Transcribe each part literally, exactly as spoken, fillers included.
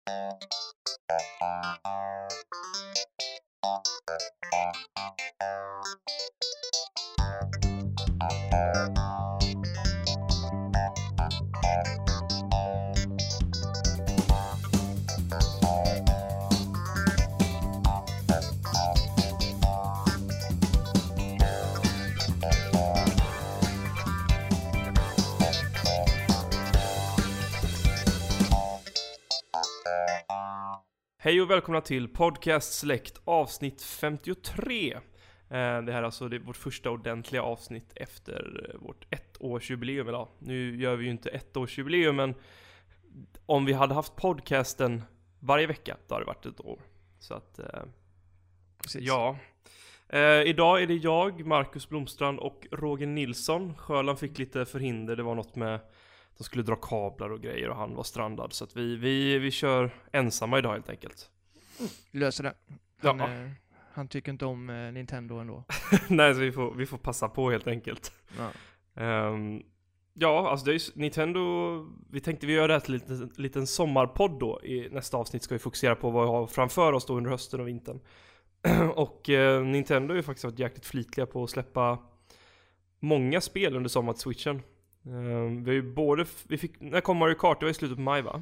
Hej och välkomna till Podcast Släkt avsnitt femtiotre. Eh, det här är alltså det är vårt första ordentliga avsnitt efter vårt ettårsjubileum idag. Nu gör vi ju inte ettårsjubileum, men om vi hade haft podcasten varje vecka, då hade det varit ett år. Så att, eh, ja. Eh, idag är det jag, Marcus Blomstrand och Roger Nilsson. Sjöland fick lite förhinder, det var något med de skulle dra kablar och grejer och han var strandad. Så att vi, vi, vi kör ensamma idag helt enkelt. Löser det. Han, ja. eh, han tycker inte om eh, Nintendo ändå. Nej, så vi får, vi får passa på helt enkelt. Ja, um, ja alltså det är ju Nintendo. Vi tänkte vi gör det här till en liten, liten sommarpodd då. I nästa avsnitt ska vi fokusera på vad vi har framför oss då under hösten och vintern. och eh, Nintendo är ju faktiskt varit jäkligt flitliga på att släppa många spel under sommar till Switchen. Uh, vi har ju både, vi fick, när kom Mario Kart? Det var i slutet på maj, va?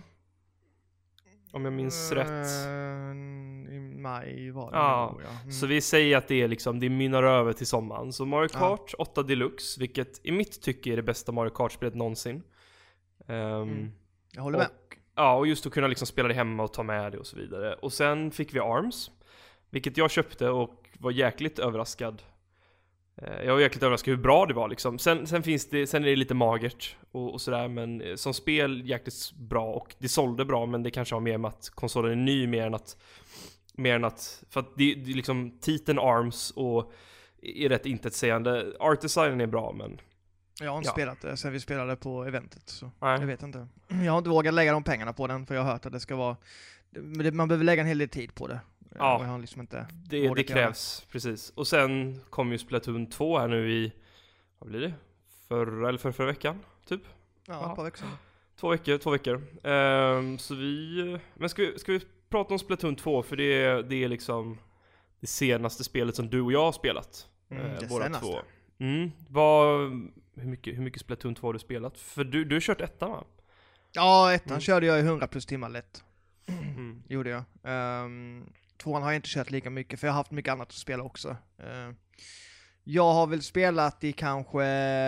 Om jag minns uh, rätt. I maj var det. Ja, nog, ja. Mm. Så vi säger att det är liksom, det mynnar över till sommaren. Så Mario Kart ja. åtta Deluxe, vilket i mitt tycke är det bästa Mario Kart-spelet någonsin. Um, mm. Jag håller med. Och, ja, och just att kunna liksom spela det hemma och ta med det och så vidare. Och sen fick vi ARMS, vilket jag köpte och var jäkligt överraskad. Jag var jäkligt överraskad hur bra det var liksom. Sen, sen finns det, sen är det lite magert och, och sådär, men som spel jäkligt bra och det sålde bra, men det kanske har mer med att konsolen är ny mer än att mer än att, för att det, det är liksom titeln ARMS och är rätt intetsägande. Art designen är bra, men jag har inte ja. spelat det sen vi spelade på eventet, så Nej. jag vet inte. Jag har inte vågat lägga de pengarna på den, för jag har hört att det ska vara, man behöver lägga en hel del tid på det. Ja, jag har liksom inte det, det krävs, precis. Och sen kom ju Splatoon två här nu i, vad blir det? Förra eller för förra veckan, typ? Ja, ett par veckor. Två veckor, två veckor. Um, så vi, men ska vi, ska vi prata om Splatoon två? För det är, det är liksom det senaste spelet som du och jag har spelat. Mm, uh, det båda senaste. två. Mm, vad, hur, mycket, hur mycket Splatoon två har du spelat? För du, du har kört ettan, va? Ja, ettan mm. körde jag i hundra plus timmar lätt. Mm. Gjorde jag. Um, tvåan har jag inte kört lika mycket, för jag har haft mycket annat att spela också. Uh, jag har väl spelat i kanske,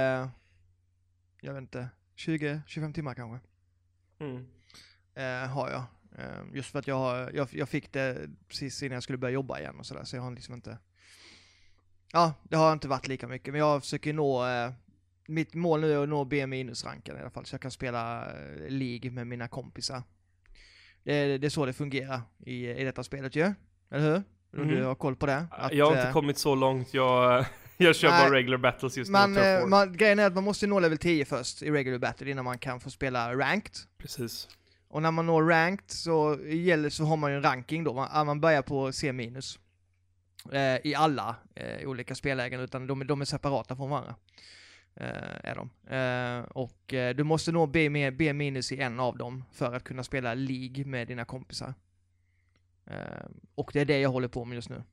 jag vet inte, tjugo till tjugofem timmar kanske. Mm. Uh, har jag. Uh, just för att jag, har, jag, jag fick det precis innan jag skulle börja jobba igen och sådär, så jag har liksom inte... Ja, det har inte varit lika mycket, men jag försöker nå... Uh, mitt mål nu är att nå B minus-ranken i alla fall, så jag kan spela uh, League med mina kompisar. Det är, det är så det fungerar i, i detta spelet ju, eller hur? Mm. Du har koll på det. Att, jag har inte äh, kommit så långt, jag, jag kör nej, bara regular battles just man, nu. Äh, man, grejen är att man måste nå level tio först i regular battle innan man kan få spela ranked. Precis. Och när man når ranked så, gäller, så har man ju en ranking då, man, man börjar på C minus. Eh, I alla eh, olika spellägen, utan de, de är separata från varandra. Uh, är de. Uh, och uh, du måste nå B, med, B minus i en av dem för att kunna spela League med dina kompisar. Uh, och det är det jag håller på med just nu.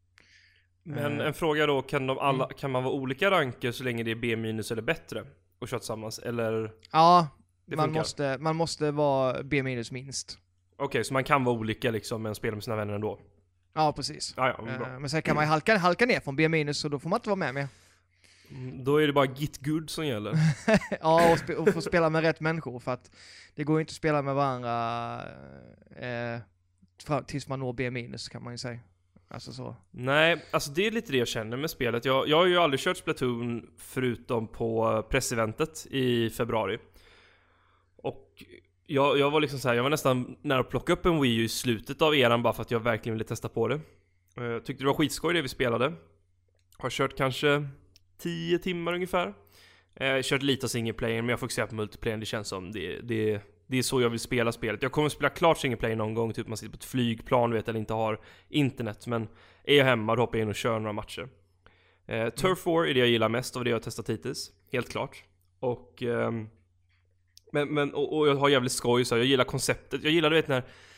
Men uh, en fråga då, kan, de alla, mm. kan man vara olika ranker så länge det är B minus eller bättre och köra tillsammans, eller? Ja, man måste, man måste vara B minus minst. Okej, okay, så man kan vara olika liksom, men spela med sina vänner ändå? Ja, precis. Ah, ja, men, bra. Uh, men sen kan man halka, halka ner från B minus, och då får man inte vara med mer. Då är det bara git good som gäller. Ja, och, sp- och få spela med rätt människor, för att det går ju inte att spela med varandra eh, fram- tills man når B minus, kan man ju säga. Alltså så. Nej, alltså det är lite det jag känner med spelet. Jag, jag har ju aldrig kört Splatoon förutom på presseventet i februari. Och jag, jag var liksom så här, jag var nästan nära att plocka upp en Wii U i slutet av eran bara för att jag verkligen ville testa på det. Jag tyckte det var skitskoj det vi spelade. Har kört kanske tio timmar ungefär. Jag har kört lite single player, men jag fokuserar på multiplayer. Det känns som det, det, det är så jag vill spela spelet. Jag kommer att spela klart single player någon gång, typ man sitter på ett flygplan, vet, eller inte har internet. Men är jag hemma, då hoppar jag in och kör några matcher. eh, Turf War är det jag gillar mest av det jag har testat hittills, helt klart. Och, eh, men, men, och, och jag har jävligt skoj, så jag gillar konceptet. Jag gillar, du vet, när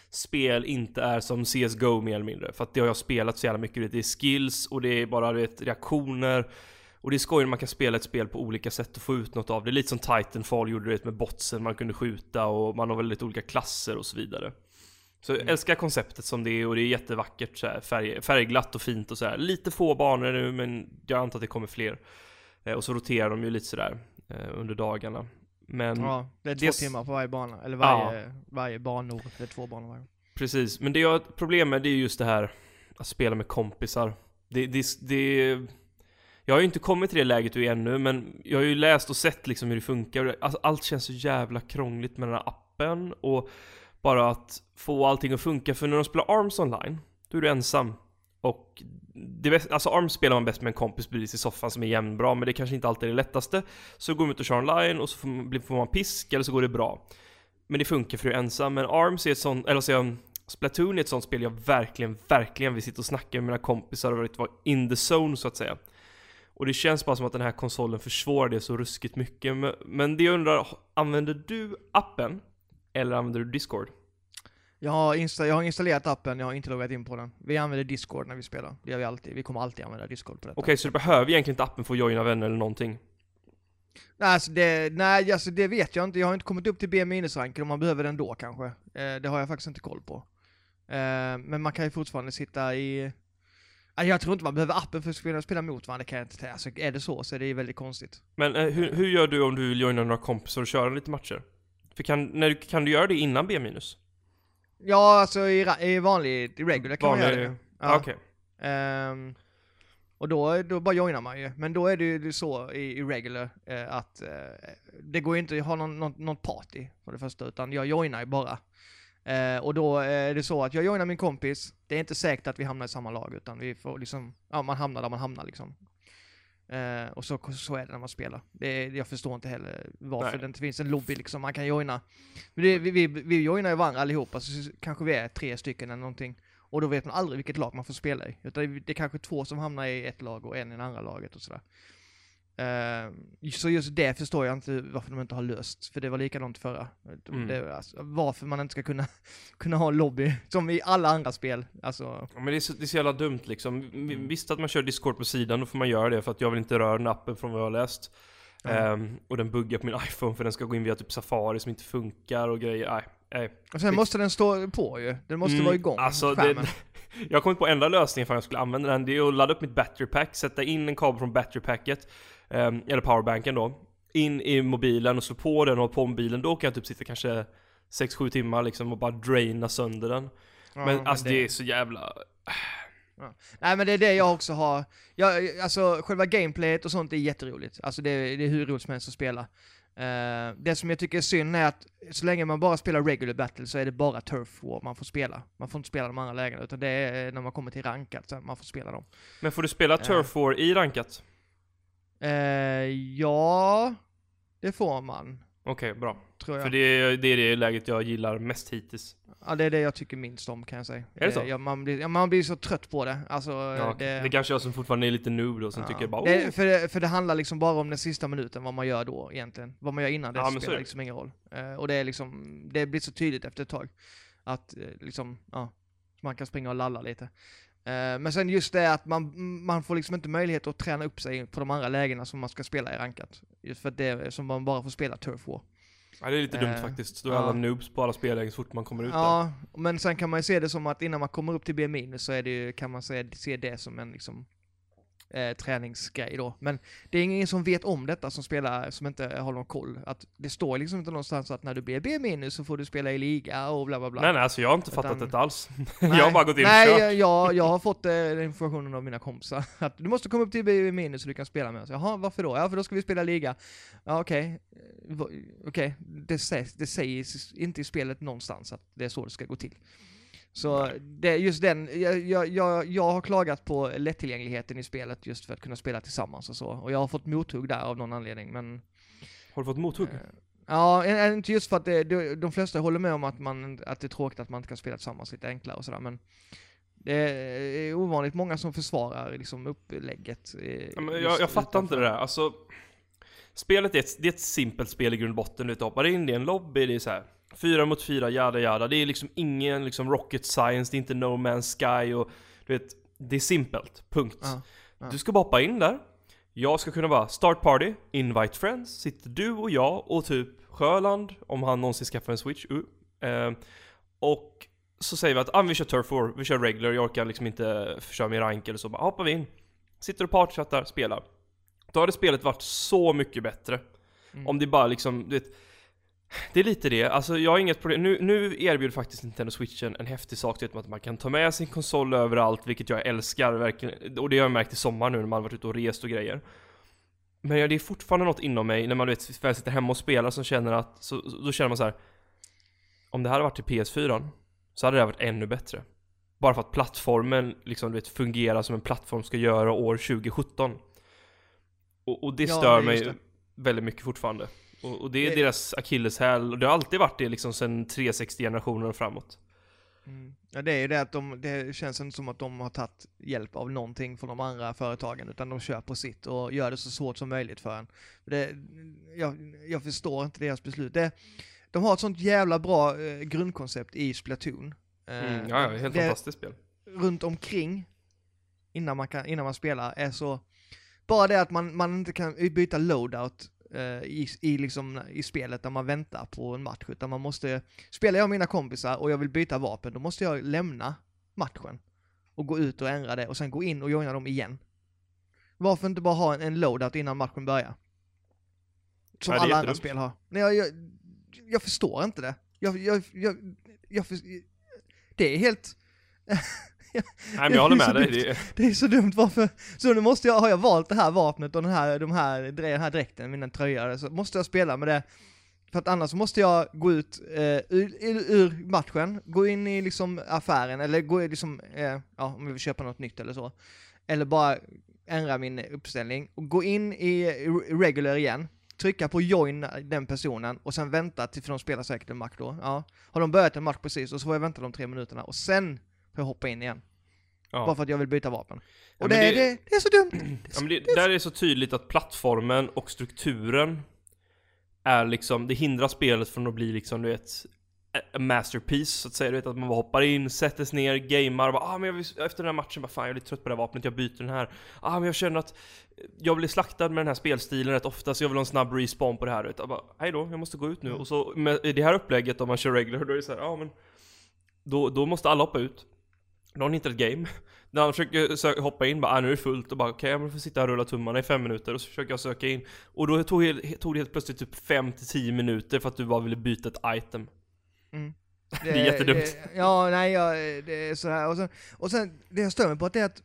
spel inte är som C S G O mer eller mindre. För att det har jag spelat så jävla mycket. Det är skills och det är bara du vet, reaktioner. Och det är skoj när man kan spela ett spel på olika sätt och få ut något av det. Lite som Titanfall gjorde det med botsen. Man kunde skjuta och man har väldigt olika klasser och så vidare. Så jag älskar konceptet som det är och det är jättevackert så här, färg, färgglatt och fint och så här. Lite få banor nu men jag antar att det kommer fler. Eh, och så roterar de ju lite sådär eh, under dagarna. Men ja, det är två det... timmar på varje bana. Eller varje, ja. varje banor. Det är två banor varje. Precis, men det jag har ett problem med det är just det här att spela med kompisar. Det, det, det, jag har ju inte kommit till det läget du är ännu, men jag har ju läst och sett liksom hur det funkar. Alltså, allt känns så jävla krångligt med den här appen och bara att få allting att funka. För när de spelar ARMS online, då är du ensam. Och det bäst, alltså ARMS spelar man bäst med en kompis precis i soffan som är jämnbra, men det kanske inte alltid är det lättaste. Så går man ut och kör online och så får man, får man pisk eller så går det bra. Men det funkar för du är ensam. Men ARMS är ett sånt, eller så jag, Splatoon är ett sånt spel jag verkligen, verkligen vill sitta och snacka med mina kompisar och vara in the zone så att säga. Och det känns bara som att den här konsolen försvårar det så ruskigt mycket. Men det jag undrar, använder du appen eller använder du Discord? Jag har, insta- jag har installerat appen, jag har inte loggat in på den. Vi använder Discord när vi spelar. Det gör vi alltid. Vi kommer alltid använda Discord på detta. Okej, okay, så du behöver egentligen inte appen för att joina vänner eller någonting? Nej, alltså det, nej, alltså det vet jag inte. Jag har inte kommit upp till B-ranken om man behöver den då kanske. Eh, det har jag faktiskt inte koll på. Eh, men man kan ju fortfarande sitta i... Jag tror inte man behöver appen för att spela, spela mot varandra, kan jag inte säga. Alltså, är det så så är det väldigt konstigt. Men eh, hur, hur gör du om du vill joina några kompisar och köra lite matcher? För kan, när, kan du göra det innan B-? Ja, alltså i, i vanlig, i regular kan vanlig, man göra det. Ja. Ah, okej. Okay. Um, och då, då bara joinar man ju. Men då är det ju så i, i regular eh, att eh, det går ju inte att ha någon, någon, någon party för det första, utan jag joinar ju bara. Eh, och då är det så att jag joinar min kompis. Det är inte säkert att vi hamnar i samma lag, utan vi får liksom, ja, man hamnar där man hamnar liksom. Eh, och så, så är det när man spelar. Det, jag förstår inte heller varför Nej. det inte finns en lobby liksom man kan joina. Men det, vi, vi, vi joinar ju varandra allihopa, så kanske vi är tre stycken eller någonting. Och då vet man aldrig vilket lag man får spela i. Utan det är kanske två som hamnar i ett lag och en i det andra laget och sådär. Uh, så just det förstår jag inte varför de inte har löst. För det var likadant förra. Mm. Det, alltså, varför man inte ska kunna, kunna ha en lobby som i alla andra spel. Alltså... Ja, men det är, så, det är så jävla dumt liksom. Visst att man kör Discord på sidan, då får man göra det för att jag vill inte röra den appen från vad jag har läst. Mm. Um, och den buggar på min iPhone för den ska gå in via typ Safari som inte funkar och grejer. Nej, nej. Och sen måste den stå på ju. Den måste mm, vara igång. Alltså det, jag har kommit på enda lösningen för att jag skulle använda den. Det är att ladda upp mitt battery pack, sätta in en kabel från battery packet um, eller powerbanken då, in i mobilen och slå på den och på mobilen. Då kan jag typ sitta kanske sex sju timmar liksom och bara draina sönder den. Ja, men, men alltså det... det är så jävla... Ja. Nej, men det är det jag också har. Jag, alltså själva gameplayet och sånt är jätteroligt. Alltså det, det är hur roligt som helst att spela. Uh, det som jag tycker är synd är att så länge man bara spelar regular battle så är det bara turf war man får spela. Man får inte spela de andra lägena, utan det är när man kommer till rankat så man får spela dem. Men får du spela turf war uh, i rankat? Uh, ja, det får man. Okej, okay, bra. Tror jag. För det är, det är det läget jag gillar mest hittills. Ja, det är det jag tycker minst om, kan jag säga. Är det så? Ja, man, blir, ja, man blir så trött på det. Alltså, ja, det, det kanske jag som fortfarande är lite noob då, som ja. tycker bara... Oh. Det, för, det, för det handlar liksom bara om den sista minuten, vad man gör då egentligen. Vad man gör innan det ja, spelar liksom ingen roll. Uh, och det är liksom, det blir så tydligt efter ett tag. Att uh, liksom, ja, man kan springa och lalla lite. Uh, men sen just det att man, man får liksom inte möjlighet att träna upp sig på de andra lägena som man ska spela i rankat. Just för att det är som man bara får spela turf war. Ja, det är lite dumt eh, faktiskt. Då är ja. alla noobs på alla spellägen så fort man kommer ut ja, där. Men sen kan man ju se det som att innan man kommer upp till B- så är det ju, kan man se, se det som en liksom eh, träningsgrej då. Men det är ingen som vet om detta som spelar, som inte har någon koll. Att det står liksom inte någonstans att när du blir B- så får du spela i liga och bla bla bla. Nej, nej, alltså jag har inte Utan, fattat det alls. Nej, jag har bara gått in och nej, kört. Nej, jag, jag har fått eh, informationen av mina kompisar. Att du måste komma upp till B- så du kan spela med oss. Jaha, varför då? Ja, för då ska vi spela liga. Ja, okej. Okay. Okej, okay. det, sägs, det sägs inte i spelet någonstans att det är så det ska gå till. Så det, just den, jag, jag, jag, jag har klagat på lättillgängligheten i spelet just för att kunna spela tillsammans och så. Och jag har fått mothugg där av någon anledning, men... Har du fått mothugg? Eh, ja, inte just för att det, de, de flesta håller med om att, man, att det är tråkigt att man inte kan spela tillsammans lite enklare och sådär, men det är ovanligt många som försvarar liksom upplägget. Ja, men jag, jag fattar inte det där, alltså... Spelet är ett, det är ett simpelt spel i grund och botten. Du hoppar in i en lobby, det är så här. Fyra mot fyra, jada jada. Det är liksom ingen liksom rocket science, det är inte No Man's Sky och du vet, det är simpelt, punkt. Ja, ja. Du ska bara hoppa in där. Jag ska kunna bara start party, invite friends, sitter du och jag och typ Sjöland, om han någonsin skaffar en Switch. Uh. Uh, och så säger vi att ah, vi kör Turf War, vi kör regular, jag orkar liksom inte köra min rank eller så. Bara hoppar vi in, sitter och partychattar, spelar. Då har det spelet varit så mycket bättre. Mm. Om det bara liksom, du vet, det är lite det, alltså jag har inget problem. Nu, nu erbjuder faktiskt Nintendo Switchen en häftig sak, vet man, att man kan ta med sin konsol överallt, vilket jag älskar verkligen. Och det har jag märkt i sommar nu när man har varit ute och rest och grejer. Men ja, det är fortfarande något inom mig när man vet, väl sitter hemma och spelar som känner att, så, då känner man så här: om det hade varit till P S fyra så hade det varit ännu bättre. Bara för att plattformen liksom, du vet, fungerar som en plattform ska göra år tjugo sjutton. Och, och det Ja, stör det är mig just det. väldigt mycket fortfarande. Och, och det är Det- deras akilleshäl. Och det har alltid varit det liksom sen trehundrasextio-generationer och framåt. Mm. Ja, det är ju det att de, det känns inte som att de har tagit hjälp av någonting från de andra företagen, utan de kör på sitt och gör det så svårt som möjligt för en. Det, jag, jag förstår inte deras beslut. Det, de har ett sånt jävla bra eh, grundkoncept i Splatoon. Eh, Mm, ja, ja, helt det, fantastiskt spel. runt omkring innan man, kan, innan man spelar är så... Bara det att man, man inte kan byta loadout eh, i, i, liksom, i spelet där man väntar på en match, utan man måste... Spelar jag med mina kompisar och jag vill byta vapen, då måste jag lämna matchen och gå ut och ändra det och sen gå in och joina dem igen. Varför inte bara ha en, en loadout innan matchen börjar? Som Ja, det är alla andra jättedumt. spel har. Nej, jag, jag, jag förstår inte det. Jag, jag, jag, jag, för, det är helt... Nej, men jag håller Det är så med dig. dumt. Det, Det är så dumt, varför? Så nu måste jag, har jag valt det här vapnet och den här, de här, den här dräkten, mina tröjor, så måste jag spela med det. För att annars måste jag gå ut eh, ur, ur matchen, gå in i liksom affären, eller gå i liksom, eh, ja, om vi vill köpa något nytt eller så. Eller bara ändra min uppställning och gå in i regular igen. Trycka på join den personen och sen vänta tills de spelar säkert en match då. Ja. Har de börjat en match precis och så får jag vänta de tre minuterna och sen får jag hoppa in igen. ja. Bara för att jag vill byta vapen. Ja, Och men det, det- det, det är så dumt. Ja, men det, där är det så tydligt att plattformen och strukturen är liksom, det hindrar spelet från att bli liksom, du vet, a masterpiece så att säga. Du vet, att man bara hoppar in, sätter sig ner, gamer och bara, ah, men jag vill, efter den här matchen bara, fan jag är lite trött på det här vapnet, jag byter den här. Ah, men jag känner att jag blir slaktad med den här spelstilen rätt ofta, så jag vill ha en snabb respawn på det här. Vet. Jag bara, hej då, jag måste gå ut nu. Mm. Och så med det här upplägget, om man kör regular, då är det så här, ja men då, då måste alla hoppa ut. Då har ni inte ett game. När han försöker sö- hoppa in, bara ah, nu är det fullt och bara okej, okay, jag får sitta här och rulla tummarna i fem minuter och så försöker jag söka in. Och då tog, he- tog det helt plötsligt typ fem till tio minuter för att du bara ville byta ett item. Mm. Det är jättedumt. Det, ja, nej, ja, det är så här. Och sen, och sen, det jag stör mig på att det är att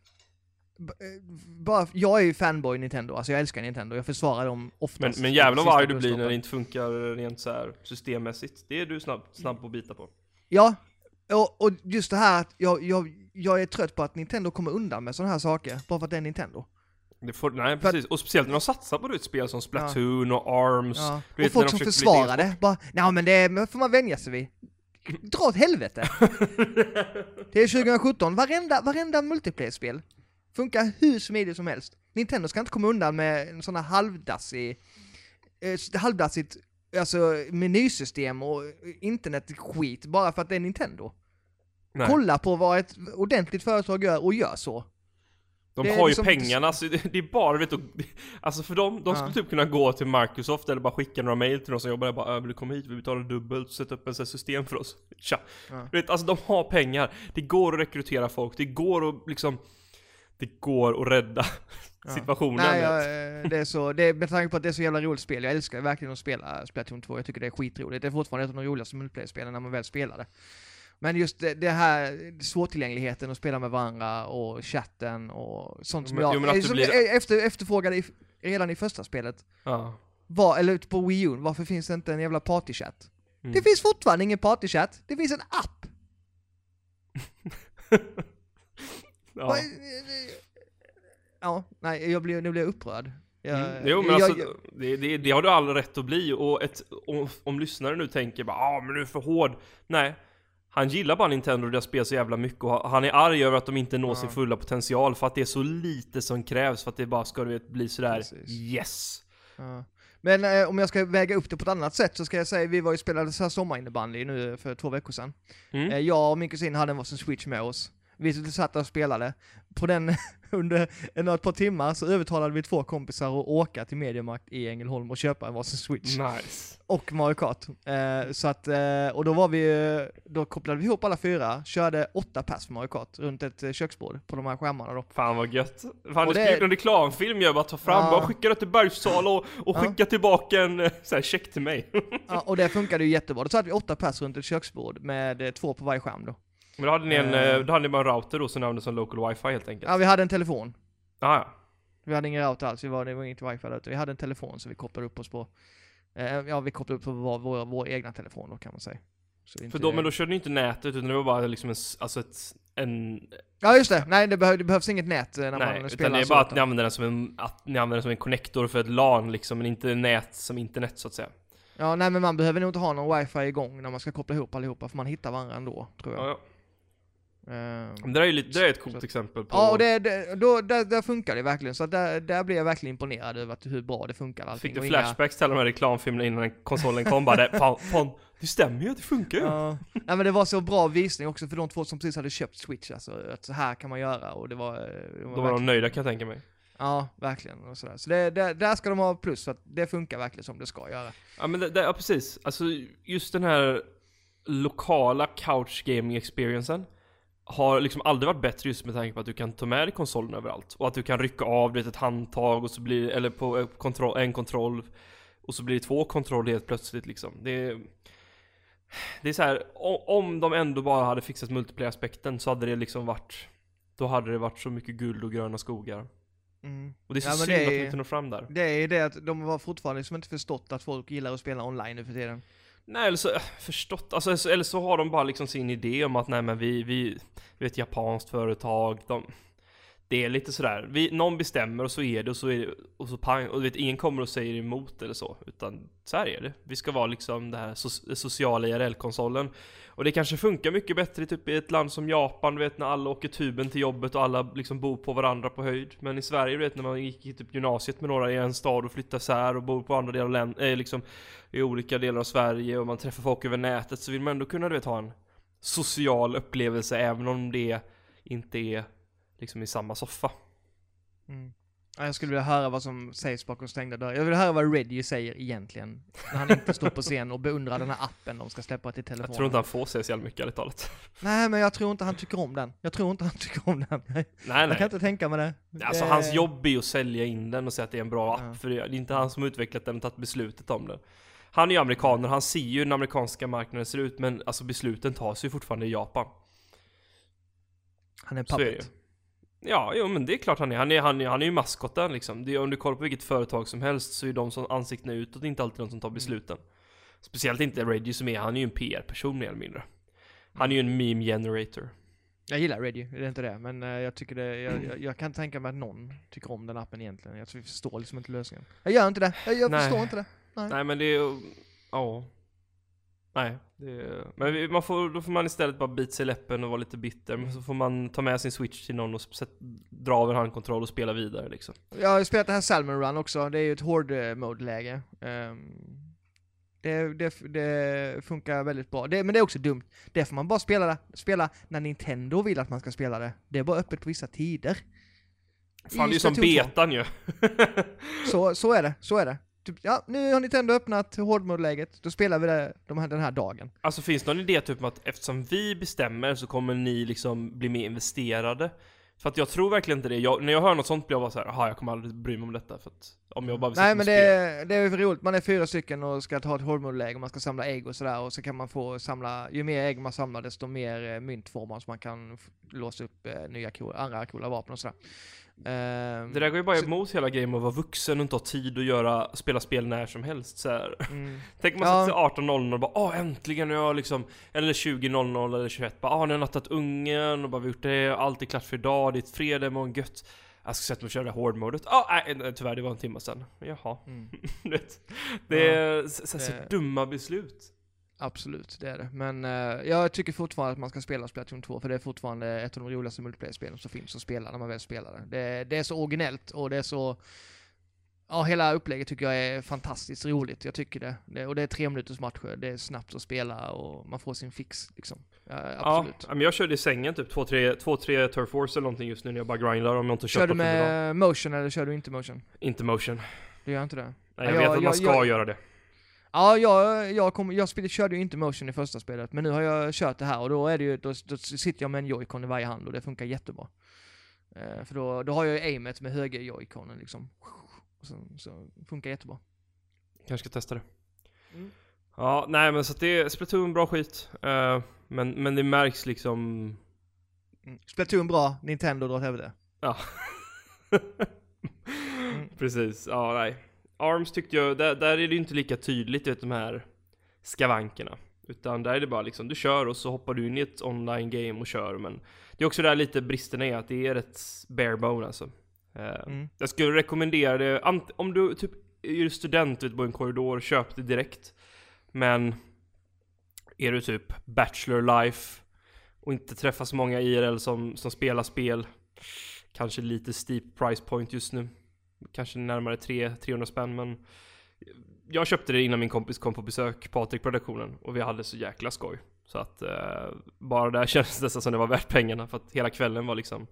b- eh, bara, jag är ju fanboy Nintendo, alltså jag älskar Nintendo, jag försvarar dem oftast. Men, men jävlar vad Sista arg du blir när det plusstoppen. inte funkar rent så här systemmässigt. Det är du snabb, snabb på att bita på. Ja, och, och just det här att jag, jag, jag är trött på att Nintendo kommer undan med sådana här saker, bara för att det är Nintendo. Det får, nej, precis. Och speciellt när de satsar på ett spel som Splatoon och Arms. Ja. Du vet, Och folk när de som försöker bli försvarar det, bara, nej men det men får man vänja sig vid. Dra åt helvete. Det är tjugo sjutton, varenda, varenda multiplayer-spel funkar hur smidigt som helst. Nintendo ska inte komma undan med en sån här halvdassig, eh, halvdassigt alltså, menysystem och internetskit bara för att det är Nintendo. Nej. Kolla på vad ett ordentligt företag gör och gör så. De Det är har ju liksom- pengarna, alltså det det är bara, vet du, alltså för dem, de skulle Ja. typ kunna gå till Microsoft eller bara skicka några mail till någon som jobbar där, bara, äh, vill du komma hit, vi betalar dubbelt, sätta upp en sån här system för oss. Tja. Ja. Du vet, alltså de har pengar, det går att rekrytera folk, det går att liksom, det går att rädda Ja. situationen. Nej, jag, eh, det är så, det är, med tanke på att det är så jävla roligt spel, jag älskar verkligen att spela Splatoon två, jag tycker det är skitroligt, det är fortfarande ett av de roligaste multiplayer-spelen när man väl spelar det. Men just det, det här svårtillgängligheten att spela med varandra och chatten och sånt som Men- jag, jo, men att eh, du som blir- jag efter, efterfrågade i, redan i första spelet, Ja. var, eller på Wii U, varför finns det inte en jävla partychatt? Mm. Det finns fortfarande ingen partychatt, det finns en app! Ja. Vad- Ja, nej, jag blir, nu blir jag upprörd. Jag, Mm. Jo men jag, alltså, jag, det, det, det har du all rätt att bli. Och ett, om, om lyssnare nu tänker bara, ah men du är för hård. Nej, han gillar bara Nintendo och deras spel så jävla mycket. Och han är arg över att de inte når Ja. sin fulla potential. För att det är så lite som krävs för att det bara ska du vet, bli sådär Precis. yes. ja. Men eh, om jag ska väga upp det på ett annat sätt så ska jag säga, vi var ju spelade så här sommarinnebandy nu för två veckor sedan. Mm. Eh, jag och min kusin hade en varsin Switch med oss. Vi satt och spelade. På den, under en, ett par timmar så övertalade vi två kompisar att åka till Mediamarkt i Ängelholm och köpa en varsin Switch. Nice. Och Mario Kart. Eh, så att, eh, och då var vi, då kopplade vi ihop alla fyra, körde åtta pass för Mario Kart runt ett eh, köksbord på de här skärmarna då. Fan vad gött. Fan, Och det det- skulle en reklamfilm jag bara ta fram, Ja. bara skicka det till Bergsal och, och Ja. skicka tillbaka en eh, så här, check till mig. Ja, och det funkade ju jättebra. Då satt vi åtta pass runt ett köksbord med eh, två på varje skärm då. Men då hade ni en, Eh. eh, då hade ni bara en router då som användes som local wifi helt enkelt. Ja, vi hade en telefon. Ah, ja. Vi hade ingen router alls, vi var, det var inget wifi där ute. Vi hade en telefon så vi kopplade upp oss på, eh, ja vi kopplade upp på vår, vår, vår egna telefon då kan man säga. Så För inte, då, men då körde ni inte nätet utan det var bara liksom en, s- alltså ett, en Ja just det, nej det, behöv, det behövs inget nät eh, när nej, man spelar. utan det är så, bara att utan- ni använder den som en, att ni använder den som en connector för ett LAN liksom, men inte nät som internet så att säga. Ja nej men man behöver nog inte ha någon wifi igång när man ska koppla ihop allihopa för man hittar varandra ändå, tror jag. Ja, ja. Ehm, Men det där är ju lite, det där är ett coolt så- exempel på. Ja, och det, det, då, där, där funkar det verkligen. Så där, där blev jag verkligen imponerad över att, hur bra det funkar allting. Fick du och flashbacks till de här reklamfilmerna innan den konsolen kom? Bara det, fan, fan, det stämmer ju, det funkar ju. Ja. Nej, men det var så bra visning också för de två som precis hade köpt Switch. Alltså, att så här kan man göra. Och det var, det var Då var verkligen- de nöjda kan jag tänka mig. Ja, verkligen. Och sådär. Så det, det, där ska de ha plus, för att det funkar verkligen som det ska göra. Ja men det, det, ja, precis. Alltså just den här lokala couch gaming experiencen har liksom aldrig varit bättre just med tanke på att du kan ta med dig konsolen överallt. Och att du kan rycka av det ett handtag och så blir, eller på eh, kontroll, en kontroll och så blir det två kontroller helt plötsligt liksom. Det är, det är så här, o- om de ändå bara hade fixat multiplayer-aspekten så hade det liksom varit, då hade det varit så mycket guld och gröna skogar. Mm. Och det är så Ja, men synd det att de är- inte når fram där. Det är ju det att de har fortfarande liksom inte förstått att folk gillar att spela online nu för tiden. Nej, eller så, äh, förstått, alltså, så- eller så har de bara liksom sin idé om att nej men vi, vi, vi är ett japanskt företag, de, det är lite sådär, vi, någon bestämmer och så är det och så är det, och så pang, och du vet, ingen kommer och säger emot eller så, utan så här är det. Vi ska vara liksom det här so- sociala I R L-konsolen. Och det kanske funkar mycket bättre typ i ett land som Japan, du vet, när alla åker tuben till jobbet och alla liksom bor på varandra på höjd. Men i Sverige, du vet, när man gick i typ gymnasiet med några i en stad och flyttar isär och bor på andra delar av län- eh, liksom i olika delar av Sverige och man träffar folk över nätet, så vill man ändå kunna, du vet, ha en social upplevelse även om det inte är liksom i samma soffa. Mm. Ja, jag skulle vilja höra vad som sägs bakom stängda dörrar. Jag vill höra vad Reggie säger egentligen. När han inte står på scen och beundrar den här appen de ska släppa till telefonen. Jag tror inte han får säga så jävla mycket, ärligt talat. Nej, men jag tror inte han tycker om den. Jag tror inte han tycker om den. Nej, Jag kan nej. inte tänka mig det. Alltså Det- hans jobb är ju att sälja in den och säga att det är en bra app, Ja. för det är inte han som utvecklat den och tagit beslutet om den. Han är ju amerikaner, han ser ju hur den amerikanska marknaden ser ut, men alltså besluten tas ju fortfarande i Japan. Han är Så är det ju. puppet. Ja, jo, men det är klart han är. Han är, han är, han är ju maskotten liksom. Det är, om du kollar på vilket företag som helst så är de som ansiktena utåt inte alltid de som tar besluten. Speciellt inte Reggie som är, han är ju en P R-person mer eller mindre. Han är ju en meme generator. Jag gillar Reggie, det är inte det. Men eh, jag tycker det, jag, jag, jag kan tänka mig att någon tycker om den appen egentligen. Jag tror vi förstår liksom inte lösningen. Jag gör inte det. Jag, jag Nej. förstår inte det. Nej. Nej, men det är ju... Ja. Nej, det är, men vi- man får, då får man istället bara bita sig i läppen och vara lite bitter. Men så får man ta med sin Switch till någon och sätt, dra av en handkontroll och spela vidare liksom. Jag har ju spelat det här Salmon Run också. Det är ju ett hård eh, mode-läge. Ehm, det, det, det funkar väldigt bra. Det, men det är också dumt. Det får man bara spela, spela när Nintendo vill att man ska spela det. Det är bara öppet på vissa tider. Fan, det är ju I som Splatoon två. betan ju. Så, så är det, så är det. Typ, ja, nu har Nintendo öppnat hårdmode-läget. Då spelar vi det de här, den här dagen. Alltså finns det någon idé typ om att eftersom vi bestämmer så kommer ni liksom bli mer investerade? För att jag tror verkligen inte det. Jag, när jag hör något sånt blir jag bara så här, aha, jag kommer aldrig bry mig om detta. För att om jag bara vill Nej, sätta men mig det och spela. är, det är för roligt. Man är fyra stycken och ska ta ett hårdmode-läge och man ska samla ägg och sådär. Och så kan man få samla, ju mer ägg man samlar desto mer eh, mynt får man så man kan f- låsa upp eh, nya coola, andra coola vapen och sådär. Ehm, Det där går ju bara så- emot hela grejen med att vara vuxen och inte ha tid att göra, spela spel när som helst så här. mm. Tänk om man Ja. sätter sig arton noll noll och bara åh äntligen är jag liksom, eller tjugo noll noll eller tjugoett bara åh, nu har jag nattat ungen och bara vi har gjort det, allt är klart för idag, det är ett fredag, imorgon gött. Jag ska sätta mig och köra det hårdmodet. Ja, ah, nej, tyvärr det var en timme sedan. Jaha. Mm. Du vet, det är Ja, så, så, så det- dumma beslut. Absolut, det är det. Men eh, jag tycker fortfarande att man ska spela Splatoon två, för det är fortfarande ett av de roligaste multiplayer-spelen som finns att spela när man väl spelar det. Det, det är så originellt och det är så... Ja, hela upplägget tycker jag är fantastiskt roligt. Jag tycker det. det och det är tre minuters matcher. Det är snabbt att spela och man får sin fix liksom. Ja, absolut. Ja, men jag körde i sängen typ två tre Turf Wars eller någonting just nu när jag bara grindar om jag inte kör du med motion eller kör du inte motion? Inte motion. Du gör inte det? Nej, jag, jag vet att man jag, ska jag, göra det. Ja, jag, jag, kom, jag spelade, körde ju inte motion i första spelet, men nu har jag kört det här och då är det ju, då, då sitter jag med en joycon i varje hand och det funkar jättebra. Uh, för då, då har jag ju aimet med höger joyconen liksom. Så, så funkar jättebra. Kanske ska testa det. Mm. Ja, nej men så att det är Splatoon bra skit. Uh, men, men det märks liksom... Mm. Splatoon bra, Nintendo drar åt helvete. Ja. mm. Precis, ja nej. ARMS tyckte jag, där, där är det inte lika tydligt, vet, de här skavankerna. Utan där är det bara liksom, du kör och så hoppar du in i ett online game och kör. Men det är också där lite bristerna är att det är ett bare bone alltså. Mm. Jag skulle rekommendera det om du typ är student ute på en korridor, köp det direkt. Men är du typ bachelor life och inte träffar så många I R L som, som spelar spel, kanske lite steep price point just nu, kanske närmare tre trehundra spänn, men jag köpte det innan min kompis kom på besök, Patrik produktionen, och vi hade så jäkla skoj. Så att eh, bara där kändes det som det var värt pengarna, för att hela kvällen var liksom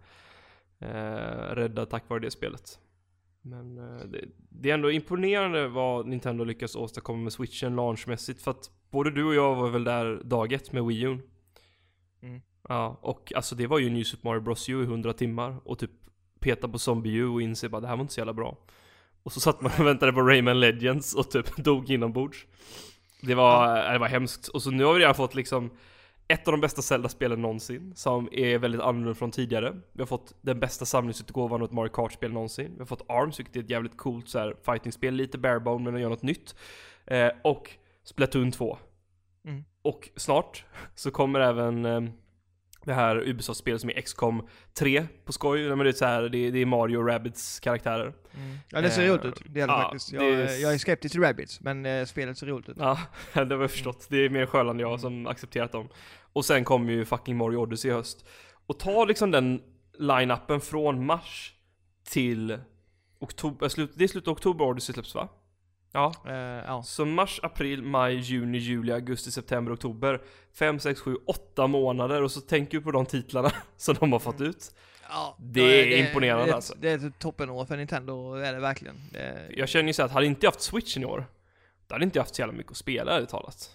eh, rädda tack vare det spelet. Men eh, det, det är ändå imponerande vad Nintendo lyckas åstadkomma med Switchen launchmässigt, för att både du och jag var väl där dag ett med Wii U. Mm. Ja, och alltså det var ju New Super Mario Bros. U i hundra timmar och typ peta på Zombie U och inse bara det här var inte så jävla bra. Och så satt man och väntade på Rayman Legends och typ dog inombords. Det var, ja. det var hemskt. Och så nu har vi redan fått liksom ett av de bästa Zelda-spelen någonsin, som är väldigt annorlunda från tidigare. Vi har fått den bästa samlingsutgåvan av ett Mario Kart-spel någonsin. Vi har fått ARMS, vilket är ett jävligt coolt så här fighting-spel, lite barebone men att göra något nytt. Eh, och Splatoon två. Mm. Och snart så kommer även eh, det här Ubisoft-spelet som är X COM tre på skoj. Men det är så här, det är, det är Mario och Rabbids karaktärer. Mm. Ja, det ser roligt ut. Det är det ja, faktiskt. Jag, är... jag är skeptisk till Rabbids, men eh, spelet ser roligt ut. Ja, det har jag förstått. Det är mer Sjöland jag som accepterat dem. Och sen kommer ju fucking Mario Odyssey i höst. Och ta liksom den line-upen från mars till oktober. Slut, det är slutet av oktober Odyssey släpps, va? Ja. Uh, ja. Så mars, april, maj, juni, juli, augusti, september, oktober. fem, sex, sju, åtta månader. Och så tänker du på de titlarna som de har fått ut. Ja, det är det, imponerande det, alltså. Det är ett toppenår för Nintendo, är det verkligen. Det... Jag känner ju så att hade inte jag haft Switchen i år, då hade inte jag haft så jävla mycket att spela, ärligt talat.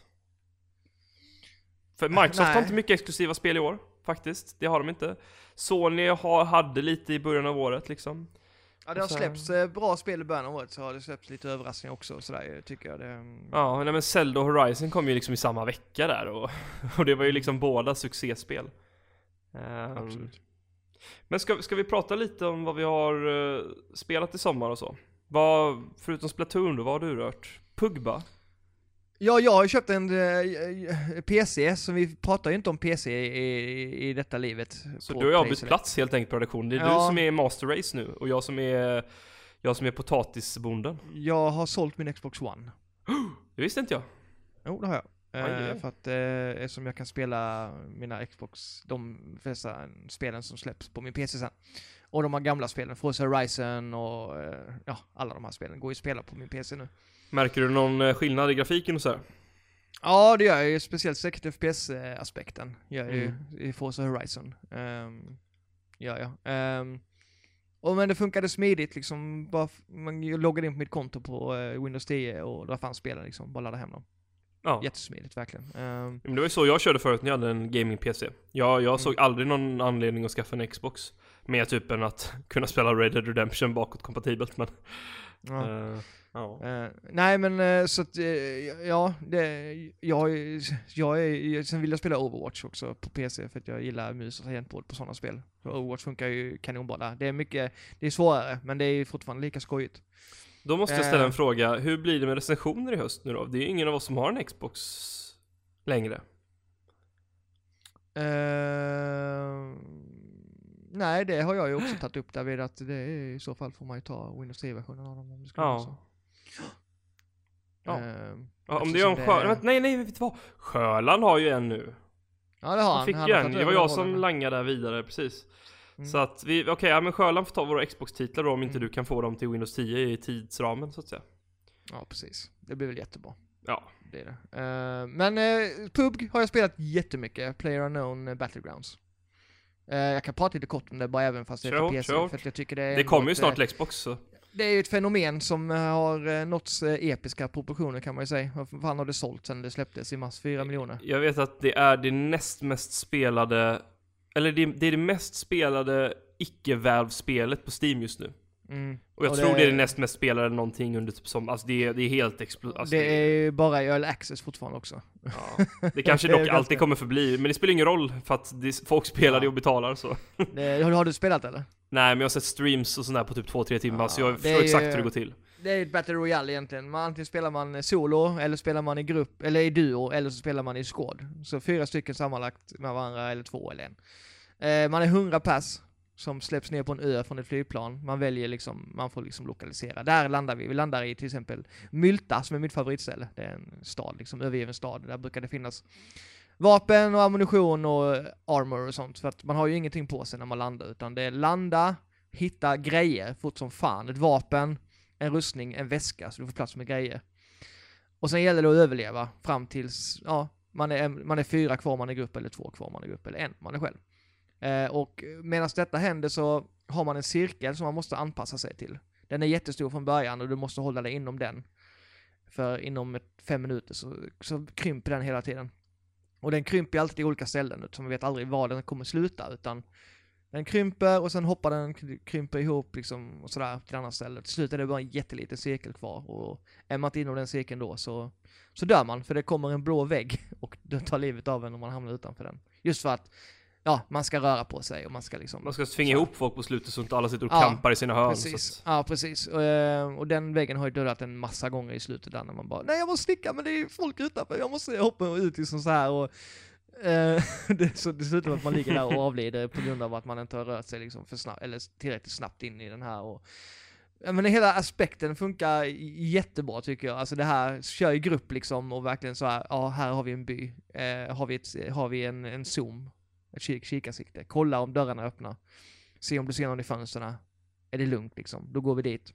För Microsoft Nej. har inte mycket exklusiva spel i år, faktiskt. Det har de inte. Sony har, hade lite i början av året liksom. Ja, det har släppts eh, bra spel i början av året, så har det släppts lite överraskningar också, sådär, tycker jag. Det... Ja, nej, men Zelda och Horizon kom ju liksom i samma vecka där, och, och det var ju liksom båda succéspel. Um, Absolut. Men ska, ska vi prata lite om vad vi har uh, spelat i sommar och så? Vad, förutom Splatoon då, vad har du rört? Pugba? Ja, jag har köpt en uh, P C, så vi pratar ju inte om P C i, i detta livet. Så du och jag bytt plats helt enkelt på redaktionen. Det är ja. du som är Master Race nu, och jag som är jag som är potatisbonden. Jag har sålt min Xbox One. Det visste inte jag. Jo, det har jag. Uh, för att uh, eftersom jag kan spela mina Xbox, de flesta spelen som släpps på min P C sen. Och de här gamla spelen, Forza Horizon och uh, ja, alla de här spelen går ju att spela på min P C nu. Märker du någon skillnad i grafiken och så här? Ja, det gör jag ju, speciellt sextio F P S-aspekten gör jag ju mm. i Forza Horizon. Um, ja, ja. Um, och men det funkade smidigt liksom, bara man loggade in på mitt konto på uh, Windows tio och där fanns spelen liksom, bara ladda hem dem. Ja. Jättesmidigt, verkligen. Um, Men det var ju så jag körde förut när jag hade en gaming-P C. Jag, jag såg mm. aldrig någon anledning att skaffa en Xbox. Mer typ än att kunna spela Red Dead Redemption bakåt kompatibelt. Men, ja. Uh, ja. Uh, nej, men uh, så att, uh, ja, det, jag, jag är, sen vill jag spela Overwatch också på P C för att jag gillar mus och tangentbord på sådana spel. För Overwatch funkar ju kanonbra där. Det är mycket, det är svårare, men det är fortfarande lika skojigt. Då måste jag ställa en uh, fråga. Hur blir det med recensioner i höst nu då? Det är ju ingen av oss som har en Xbox längre. Uh, nej, det har jag ju också tagit upp där vid att det är, i så fall får man ju ta Windows tio-versionen av dem om det ska vara så. Ja. Uh, ja, om det är om det... Sjö... Nej, nej, vet du vad? Sjöland har ju en nu. Ja, det har han. han fick han ju en. Det var jag som langade där vidare, precis. Mm. Så att vi, okej, okay, ja men Sjöland får ta våra Xbox-titlar då om inte mm. du kan få dem till Windows tio i tidsramen så att säga. Ja, precis. Det blir väl jättebra. Ja. Det är det. Uh, men uh, P U B G har jag spelat jättemycket. PlayerUnknown Battlegrounds. Uh, jag kan prata lite kort om det bara även fast det är på P C. Sure. För att jag tycker det är det kommer ju snart uh, till Xbox så. Det är ju ett fenomen som har uh, nåtts uh, episka proportioner kan man ju säga. Vad fan har det sålt sen det släpptes i mars? fyra miljoner. Jag vet att det är det näst mest spelade, eller det, det är det mest spelade icke-Valve-spelet på Steam just nu. Mm. Och jag och tror det, det är det näst mest spelade någonting under typ som, alltså det, det är helt explosivt. Alltså det, det är ju bara i Early Access fortfarande också. Ja. Det kanske dock alltid kommer förbli, men det spelar ingen roll för att det, folk spelar ja. det och betalar så. Det, har, har du spelat eller? Nej, men jag har sett streams och sådär på typ två tre timmar ja, så jag förstår ju, exakt hur det går till. Det är ett Battle Royale egentligen. Man, antingen spelar man solo, eller spelar man i grupp, eller i duo, eller så spelar man i squad. Så fyra stycken sammanlagt med varandra, eller två eller en. Eh, man är hundra pass som släpps ner på en ö från ett flygplan. Man väljer liksom, man får liksom lokalisera. Där landar vi. Vi landar i till exempel Mylta som är mitt favoritställe. Det är en stad, liksom övergiven stad. Där brukar det finnas vapen och ammunition och armor och sånt. För att man har ju ingenting på sig när man landar. Utan det är landa, hitta grejer fort som fan. Ett vapen, en rustning, en väska så du får plats med grejer. Och sen gäller det att överleva fram tills, ja, man är, man är fyra kvar man är grupp eller två kvar man är grupp eller en man är själv. Eh, och medan detta händer så har man en cirkel som man måste anpassa sig till. Den är jättestor från början och du måste hålla dig inom den. För inom ett, fem minuter så, så krymper den hela tiden. Och den krymper alltid i olika ställen så man vet aldrig var den kommer sluta utan den krymper och sen hoppar den krymper ihop liksom och sådär till andra ställen. Till slut är det bara en jätteliten cirkel kvar och är man inte inom den cirkeln då så, så dör man för det kommer en blå vägg och det tar livet av en om man hamnar utanför den. Just för att ja, man ska röra på sig och man ska liksom... Man ska tvinga ihop folk på slutet så att inte alla sitter och ja, kampar i sina hörn. Precis. Så att... Ja, precis. Och, och den väggen har ju dödat en massa gånger i slutet där när man bara, nej jag måste sticka men det är folk utanför, jag måste hoppa ut liksom så här och eh, det, så det slutar med att man ligger där och avlider på grund av att man inte har rört sig liksom för snabbt, eller tillräckligt snabbt in i den här och men hela aspekten funkar jättebra tycker jag. Alltså det här, kör i grupp liksom och verkligen så här, ja här har vi en by, eh, har vi, ett, har vi en, en zoom. Ett kik- kikarsikte. Kolla om dörrarna är öppna. Se om du ser någon i fönsterna. Är det lugnt liksom? Då går vi dit.